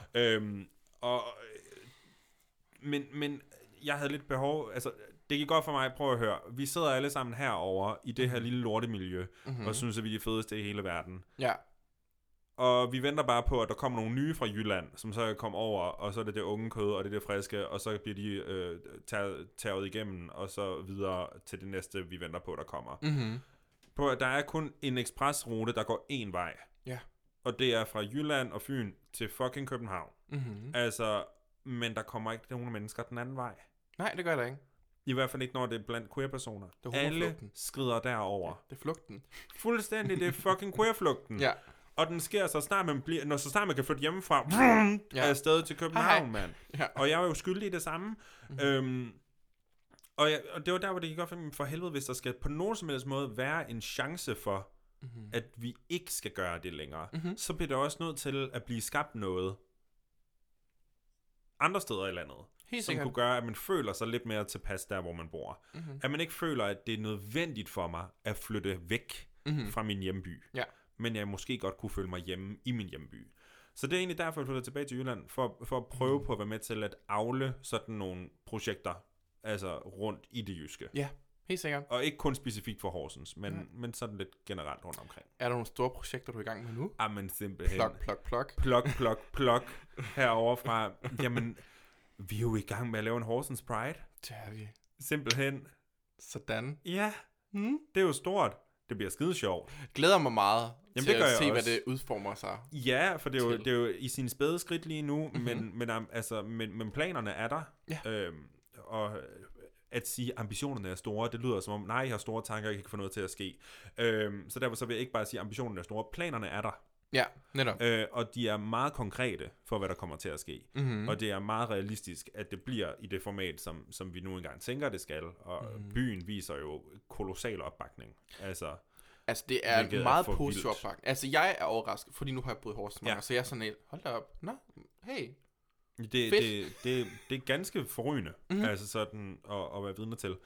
Men jeg havde lidt behov, altså det gik godt for mig, prøv at høre, vi sidder alle sammen herovre i det her lille lortemiljø, og synes, at vi er de fedeste i hele verden. Ja. Og vi venter bare på, at der kommer nogle nye fra Jylland, som så kommer over, og så er det unge kød, og det friske, og så bliver de taget igennem, og så videre til det næste, vi venter på, der kommer. Mhm. Der er kun en ekspresrute, der går én vej. Ja. Og det er fra Jylland og Fyn til fucking København. Mhm. Altså, men der kommer ikke nogen mennesker den anden vej. Nej, det gør der ikke. I hvert fald ikke, når det er blandt queer-personer. Det er Alle homoflugten. skrider derover. Det er flugten. Fuldstændig, det er fucking queer-flugten. Ja. Og den sker så snart så snart man kan flytte hjemmefra, afsted til København, mand. Ja. Og jeg var jo skyldig i det samme. Og det var der, hvor det gik godt for helvede, hvis der skal på nogen som helst måde være en chance for, at vi ikke skal gøre det længere. Så bliver der også nødt til at blive skabt noget andre steder i landet. Helt som sikkert. kunne gøre, at man føler sig lidt mere tilpas der, hvor man bor. At man ikke føler, at det er nødvendigt for mig at flytte væk fra min hjemby. Ja. Men jeg måske godt kunne føle mig hjemme i min hjemby. Så det er egentlig derfor, jeg flytter tilbage til Jylland, for at prøve på at være med til at avle sådan nogle projekter, altså rundt i det jyske. Ja, helt sikkert. Og ikke kun specifikt for Horsens, men sådan lidt generelt rundt omkring. Er der nogle store projekter, du er i gang med nu? Jamen simpelthen. Plok. Herovre fra. Jamen, vi er jo i gang med at lave en Horsens Pride. Det er vi. Simpelthen. Sådan. Ja, det er jo stort. Det bliver skide sjovt. Glæder mig meget Jamen, til det gør at jeg se, hvad også. det udformer sig. Ja, for det er jo i sin spæde skridt lige nu, men planerne er der. Ja. Og at sige, at ambitionerne er store, det lyder som om, nej, jeg har store tanker, jeg kan ikke få noget til at ske. Så derfor så vil jeg ikke bare sige, at ambitionerne er store. Planerne er der. Ja, netop. Og de er meget konkrete for, hvad der kommer til at ske. Og det er meget realistisk, at det bliver i det format, som vi nu engang tænker, det skal. Og byen viser jo kolossal opbakning. Altså, det er hvilket en meget for positiv vildt. opbakning. Altså, jeg er overrasket, fordi nu har jeg boet i Horsens, Ja. så jeg er sådan et, hold da op, nå, hey. det er ganske forrygende, altså sådan at være vidne til.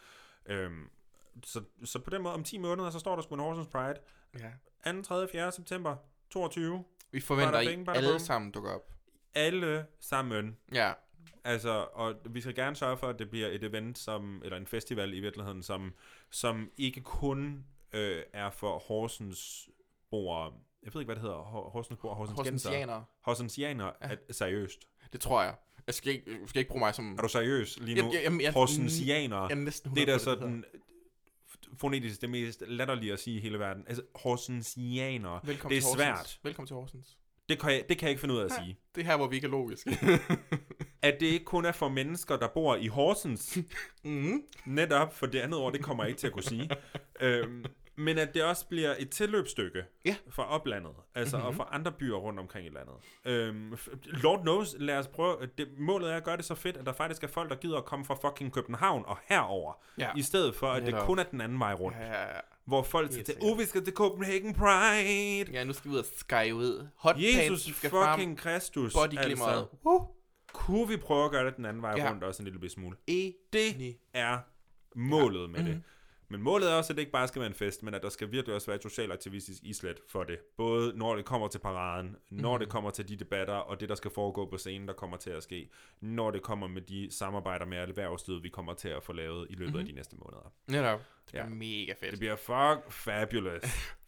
Så på den måde, om 10 måneder, så står der sgu en Horsens Pride. Ja. 2., 3., 4. september 22. Vi forventer, Bada at bing, I bada alle bum. sammen dukker op. Alle sammen. Ja. Altså, og vi skal gerne sørge for, at det bliver et event, eller en festival i virkeligheden, som ikke kun er for Horsens borgere. Jeg ved ikke, hvad det hedder. Horsens borgere, Horsensianere. Horsensianere, seriøst. Det tror jeg. Jeg skal ikke bruge mig som... Er du seriøs lige nu? Horsensianer. Jeg er næsten 100% Det er da sådan... Fonetisk det mest latterlige at sige i hele verden. Altså, horsensianer. Det er svært. Velkommen til Horsens. Det kan jeg ikke finde ud af at sige. Det er her, hvor vi ikke er logiske. At det ikke kun er for mennesker, der bor i Horsens. Netop, for det andet ord, det kommer jeg ikke til at kunne sige. Men at det også bliver et tilløbsstykke for oplandet. Altså, og for andre byer rundt omkring i landet. Lord knows, lad os prøve. Målet er at gøre det så fedt, at der faktisk er folk, der gider at komme fra fucking København og herover. Ja. I stedet for, at det kun er den anden vej rundt. Ja. Hvor folk siger til, vi skal til Copenhagen Pride. Ja, nu skal vi ud og sky ud. Hot Jesus fucking Kristus. Bodyglimmeret. Kunne vi prøve at gøre det den anden vej rundt også en lille smule? Det er målet med det. Men målet er også, at det ikke bare skal være en fest, men at der skal virkelig også være et socialaktivistisk islet for det. Både når det kommer til paraden, når det kommer til de debatter, og det, der skal foregå på scenen, der kommer til at ske, når det kommer med de samarbejder med erhvervslivet, vi kommer til at få lavet i løbet af de næste måneder. Det bliver mega fedt. Det bliver fabulous.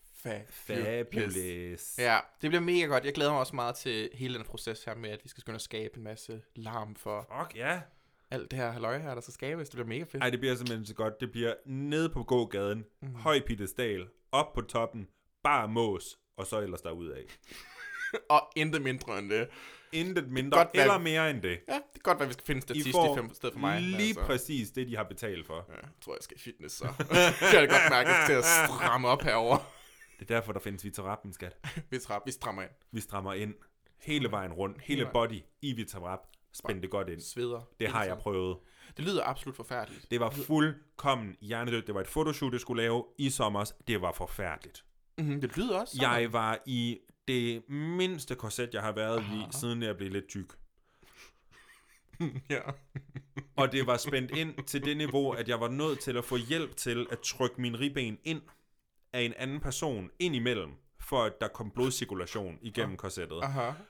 Fabulous. Ja, det bliver mega godt. Jeg glæder mig også meget til hele den proces her med, at vi skal skynde at skabe en masse larm for... alt det her halløj her, der skal skabes. Det bliver mega fedt. Ej, det bliver simpelthen så godt. Det bliver nede på gågaden, høj piedestal, op på toppen, bare mås, og så ellers derudad. Og intet mindre end det. Intet mindre, godt, eller mere end det. Ja, det er godt, hvad vi skal finde statist i stedet for mig. Lige præcis det, de har betalt for. Ja, jeg tror, jeg skal i fitness, så. Det har det godt mærket til at stramme op herover. Det er derfor, der findes Vitarab, min skat. Vi strammer ind. Vi strammer ind. Hele vejen rundt. Hele body i Vitarab. Spænd det godt ind. Sveder. Det har jeg prøvet. Det lyder absolut forfærdeligt. Det var fuldkommen hjernedødt. Det var et fotoshoot, jeg skulle lave i sommer. Det var forfærdeligt. Det lyder også sådan. Jeg var i det mindste korset, jeg har været i, siden jeg blev lidt tyk. Ja. Og det var spændt ind til det niveau, at jeg var nødt til at få hjælp til at trykke min ribben ind af en anden person ind imellem, for at der kom blodcirkulation igennem korsettet.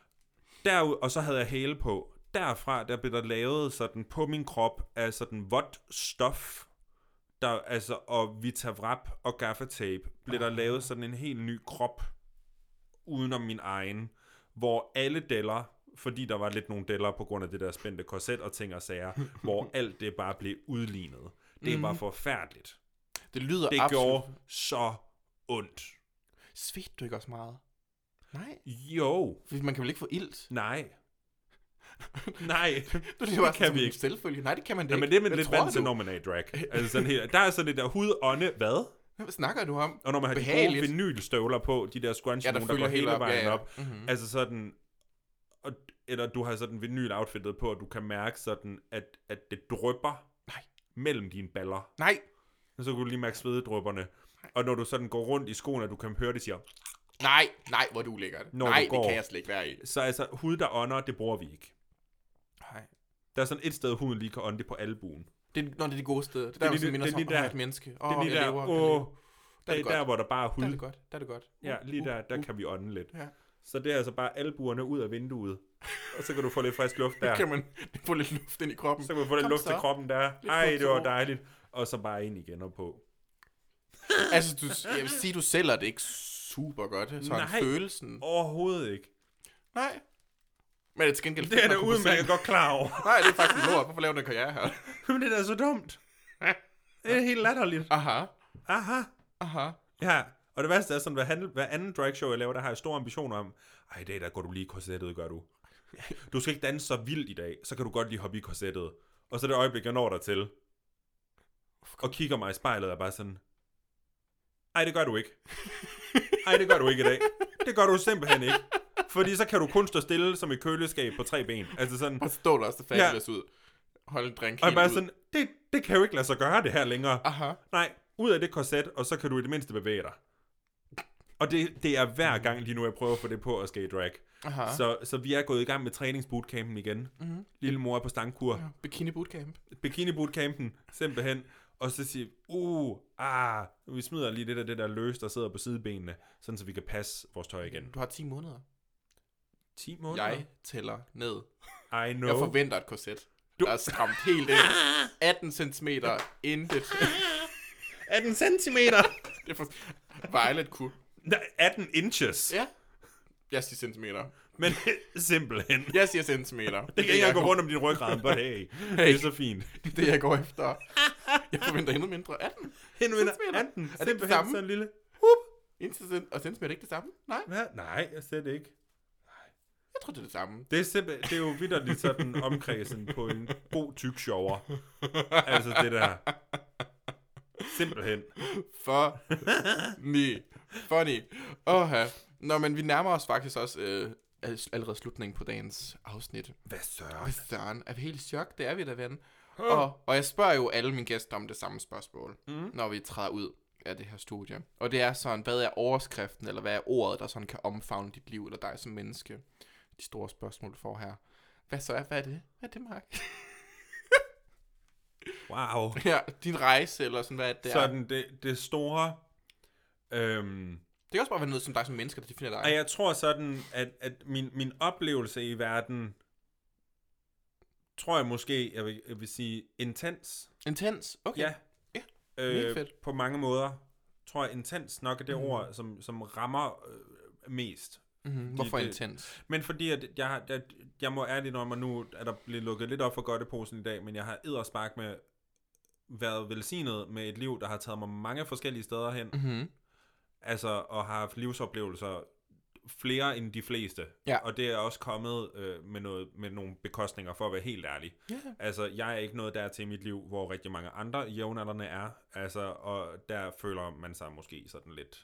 Og så havde jeg hæle på. Derfra, der blev der lavet sådan på min krop af sådan vådt stof, der, altså, og Vitavrap og gaffatape, blev der lavet sådan en helt ny krop, udenom min egen, hvor alle deller, fordi der var lidt nogle deller på grund af det der spændte korset og ting og sager, hvor alt det bare blev udlignet. Det var forfærdeligt. Det lyder det gjorde så ondt. Svedte du ikke også meget? Nej. Jo. Man kan vel ikke få ilt? Nej. Nej, det kan vi ikke. Selvfølgelig. Nej, det kan man ikke. Ja, men det er man lidt vant til, når man er i drag. Altså sådan her, der er sådan det der hudånde, hvad? Hvad snakker du om? Og når man har de gode vinylstøvler på, de der scrunch, der går hele vejen op. Altså sådan, eller du har sådan vinyl-outfittet på, og du kan mærke sådan, at det drypper mellem dine baller. Nej. Og så kan du lige mærke svededrypperne. Og når du sådan går rundt i skoene, og du kan høre det siger... Nej, hvor du lækkert. Nej, det kan jeg slet ikke være i. Så altså, hud der ånder, det bruger vi ikke. Nej. Der er sådan et sted, huden lige kan ånde, det på albuen. Det er det gode sted. Det er der, det minder om et menneske. Det er lige der, det er der, hvor der bare er hud. Der er det godt. Ja, lige der kan vi ånde lidt. Ja. Så det er altså bare albuerne ud af vinduet. Og så kan du få lidt frisk luft der. Kan man få lidt luft ind i kroppen. Så kan man få lidt luft til kroppen der. Ej, det var dejligt. Og så bare ind igen og på. Altså, jeg vil sige, du sælger det ikke super godt. Så nej, følelsen... overhovedet ikke. Nej. Men det er til gengæld... Det er da udmærket godt klar over. Nej, det er faktisk lort. Hvorfor laver du en karriere her? Men det er da så dumt. Det er helt latterligt. Aha. Ja, og det værste er sådan, hver anden dragshow, jeg laver, der har jeg store ambitioner om, i dag der går du lige i korsettet, gør du. Du skal ikke danse så vildt i dag, så kan du godt lige hoppe i korsettet. Og så det øjeblik, jeg når dig til, og kigger mig i spejlet, og bare sådan, det gør du ikke. Det gør du ikke i dag. Det gør du simpelthen ikke. Fordi så kan du kun stå stille som et køleskab på 3 ben. Altså sådan... Og så står du også fabulous ud. Hold en drink og helt bare ud. Sådan, det kan jo ikke lade sig gøre det her længere. Aha. Nej, ud af det korset, og så kan du i det mindste bevæge dig. Og det er hver gang lige nu, jeg prøver at få det på at skate drag. Så vi er gået i gang med træningsbootcampen igen. Lille mor er på stangkur. Ja, bikini bootcamp. Bikini bootcampen, simpelthen. Og så siger vi smider lige det der løs, der sidder på sidebenene, sådan så vi kan passe vores tøj igen. Du har 10 måneder. 10 måneder? Jeg tæller ned. I know. Jeg forventer et korset. Der er stramt helt ind. 18 centimeter, intet. 18 centimeter? Det er for... Violet kunne. 18 inches? Ja. Jeg siger centimeter. Men simpelthen. Jeg siger centimeter. Det kan ikke gå rundt om din ryggrad, but hey, det er så fint. Det er det, jeg går efter. Jeg forventer endnu mindre. 18 centimeter. 18. Er det det Simpelthen samme? sådan en lille... Og centimeter er ikke det samme? Nej. Hvad? Nej, jeg ser det ikke. Jeg tror, det er det samme. Det er jo vitterligt sådan omkredsen på en god tyk shower. Altså det der. Simpelthen. Funny. Åh, nå, men vi nærmer os faktisk også allerede slutningen på dagens afsnit. Hvad søren? Hvad søren? Er vi helt i chok? Det er vi da, ven. Og jeg spørger jo alle mine gæster om det samme spørgsmål, når vi træder ud af det her studie. Og det er sådan, hvad er overskriften, eller hvad er ordet, der sådan kan omfavne dit liv, eller dig som menneske? De store spørgsmål, du får her. Hvad er det? Hvad er det, Mark? Wow. Ja, din rejse, eller sådan, hvad det er. Sådan det store... Det kan også bare være noget som dig som menneske, der definerer dig. Og jeg tror sådan, at min oplevelse i verden, tror jeg måske, jeg vil sige, intens. Intens? Okay. Ja. Fedt. På mange måder, tror jeg, intens nok er det ord, som rammer mest. Hvorfor intens? Men fordi, at jeg må ærligt når man nu er der blevet lukket lidt op for godteposen i dag, men jeg har edderspark med været velsignet med et liv, der har taget mig mange forskellige steder hen. Altså, og har haft livsoplevelser flere end de fleste. Ja. Og det er også kommet med nogle bekostninger, for at være helt ærlig. Yeah. Altså, jeg er ikke nået dertil i mit liv, hvor rigtig mange andre jævnaldrende er. Altså, og der føler man sig måske sådan lidt...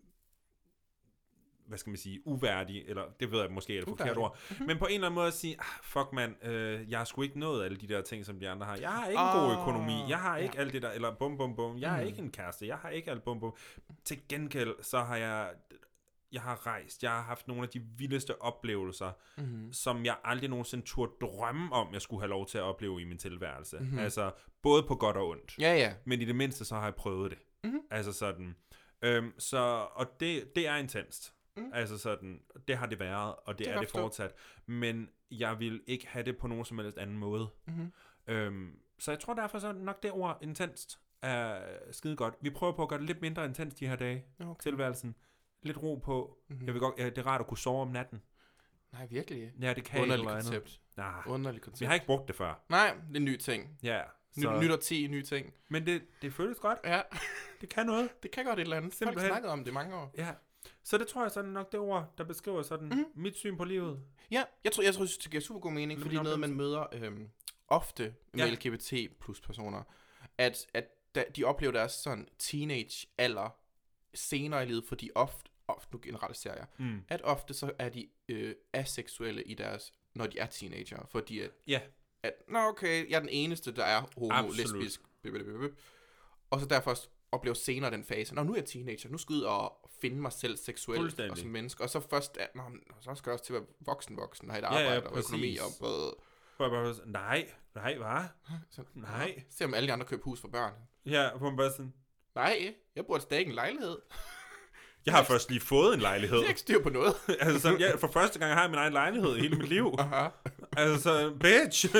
hvad skal man sige, uværdig, eller det ved jeg måske er det forkert ord, men på en eller anden måde at sige, fuck mand, jeg har sgu ikke nået alle de der ting, som de andre har. Jeg har ikke en god økonomi, jeg har ikke alt det der, eller bum bum bum, jeg har ikke en kæreste, jeg har ikke alt bum bum. Til gengæld, så har jeg har rejst, jeg har haft nogle af de vildeste oplevelser, som jeg aldrig nogensinde turde drømme om, jeg skulle have lov til at opleve i min tilværelse. Altså, både på godt og ondt. Ja. Men i det mindste, så har jeg prøvet det. Altså sådan. Og det er intenst. Altså sådan, det har det været, og det er det fortsat. Men jeg vil ikke have det på nogen som helst anden måde. Så jeg tror derfor så nok det ord intenst er skide godt. Vi prøver på at gøre det lidt mindre intenst de her dage. Tilværelsen. Lidt ro på. Jeg vil godt, det er rart at kunne sove om natten. Nej, virkelig. Ja, det kan Underligt koncept. Underligt koncept. Vi har ikke brugt det før. Nej, det er en ny ting. Ja. Nyt og 10 nye ting. Men det føles godt. Ja. Det kan noget. Det kan godt et eller andet. Folk har snakket om det i mange år. Ja. Så det tror jeg sådan nok det ord, der beskriver sådan mit syn på livet. Ja, jeg tror det giver super god mening, fordi noget man møder ofte med LGBT plus personer, at de oplever deres sådan teenage alder senere i livet, fordi ofte nu generaliserer jeg, at ofte så er de aseksuelle i deres, når de er teenager, fordi at okay, jeg er den eneste, der er homo, lesbisk, og så derfor oplever senere den fase, nu er jeg teenager, nu skal jeg ud og finde mig selv seksuelt og som menneske, og så først, så skal jeg også til at være voksen og have et arbejde og økonomi og... Nej, hvad? Nej. Se om alle de andre køber hus for børn. Ja, på en bare sådan... Nej, jeg bor stadig i en lejlighed. Jeg har først lige fået en lejlighed. Jeg er ikke styr på noget. Altså sådan, for første gang har jeg min egen lejlighed i hele mit liv. Altså så, bitch.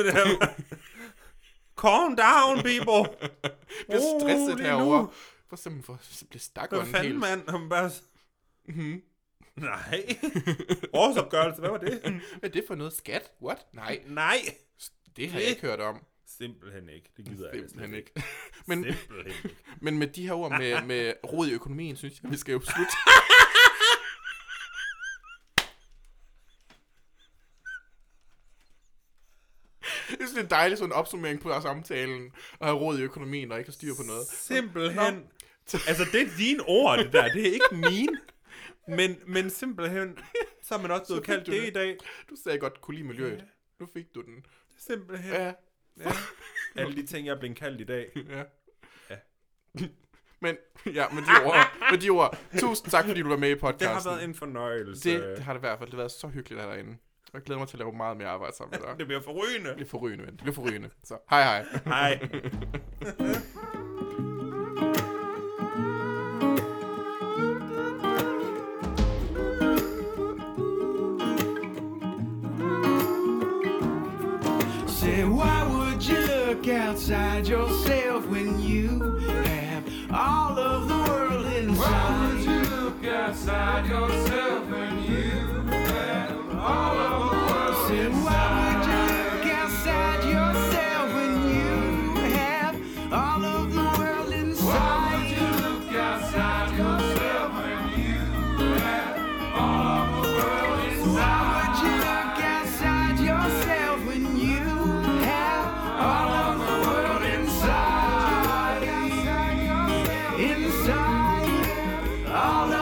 Calm down, people. Jeg bliver stresset herovre. For simpelthen at blive stak hvad fanden, mand? Han bare... Nej. Årsopgørelse, hvad var det? Hvad er det for noget? Skat? What? Nej. Det har jeg ikke hørt om. Simpelthen ikke. Det gider jeg simpelthen ikke. Men med de her ord med rod i økonomien, synes jeg, vi skal jo slutte. Det er sådan en dejlig sådan opsummering på samtalen, at have råd i økonomien og ikke have styr på noget. Simpelthen. Altså, det er dine ord, det der. Det er ikke mine. Men simpelthen, så har man også blevet kaldt det i dag. Du sagde godt, kunne lide miljøet. Ja. Nu fik du den. Simpelthen. Ja. Alle de ting, jeg er blevet kaldt i dag. Ja. Men med de ord, tusind tak, fordi du var med i podcasten. Det har været en fornøjelse. Det har det i hvert fald. Det har været så hyggeligt derinde. Jeg glæder mig til at lave meget mere arbejde sammen med dig. Det bliver forrygende. Det bliver forrygende. Så hej. Hej. Say, why would you look outside yourself when you have all of the world inside? Why would you look outside yourself when you have all inside? Why would you look outside yourself when you have all of the world inside? Why would you look outside yourself when you have all of the world Why inside? would you look outside yourself when you have all of the world inside? Inside, all of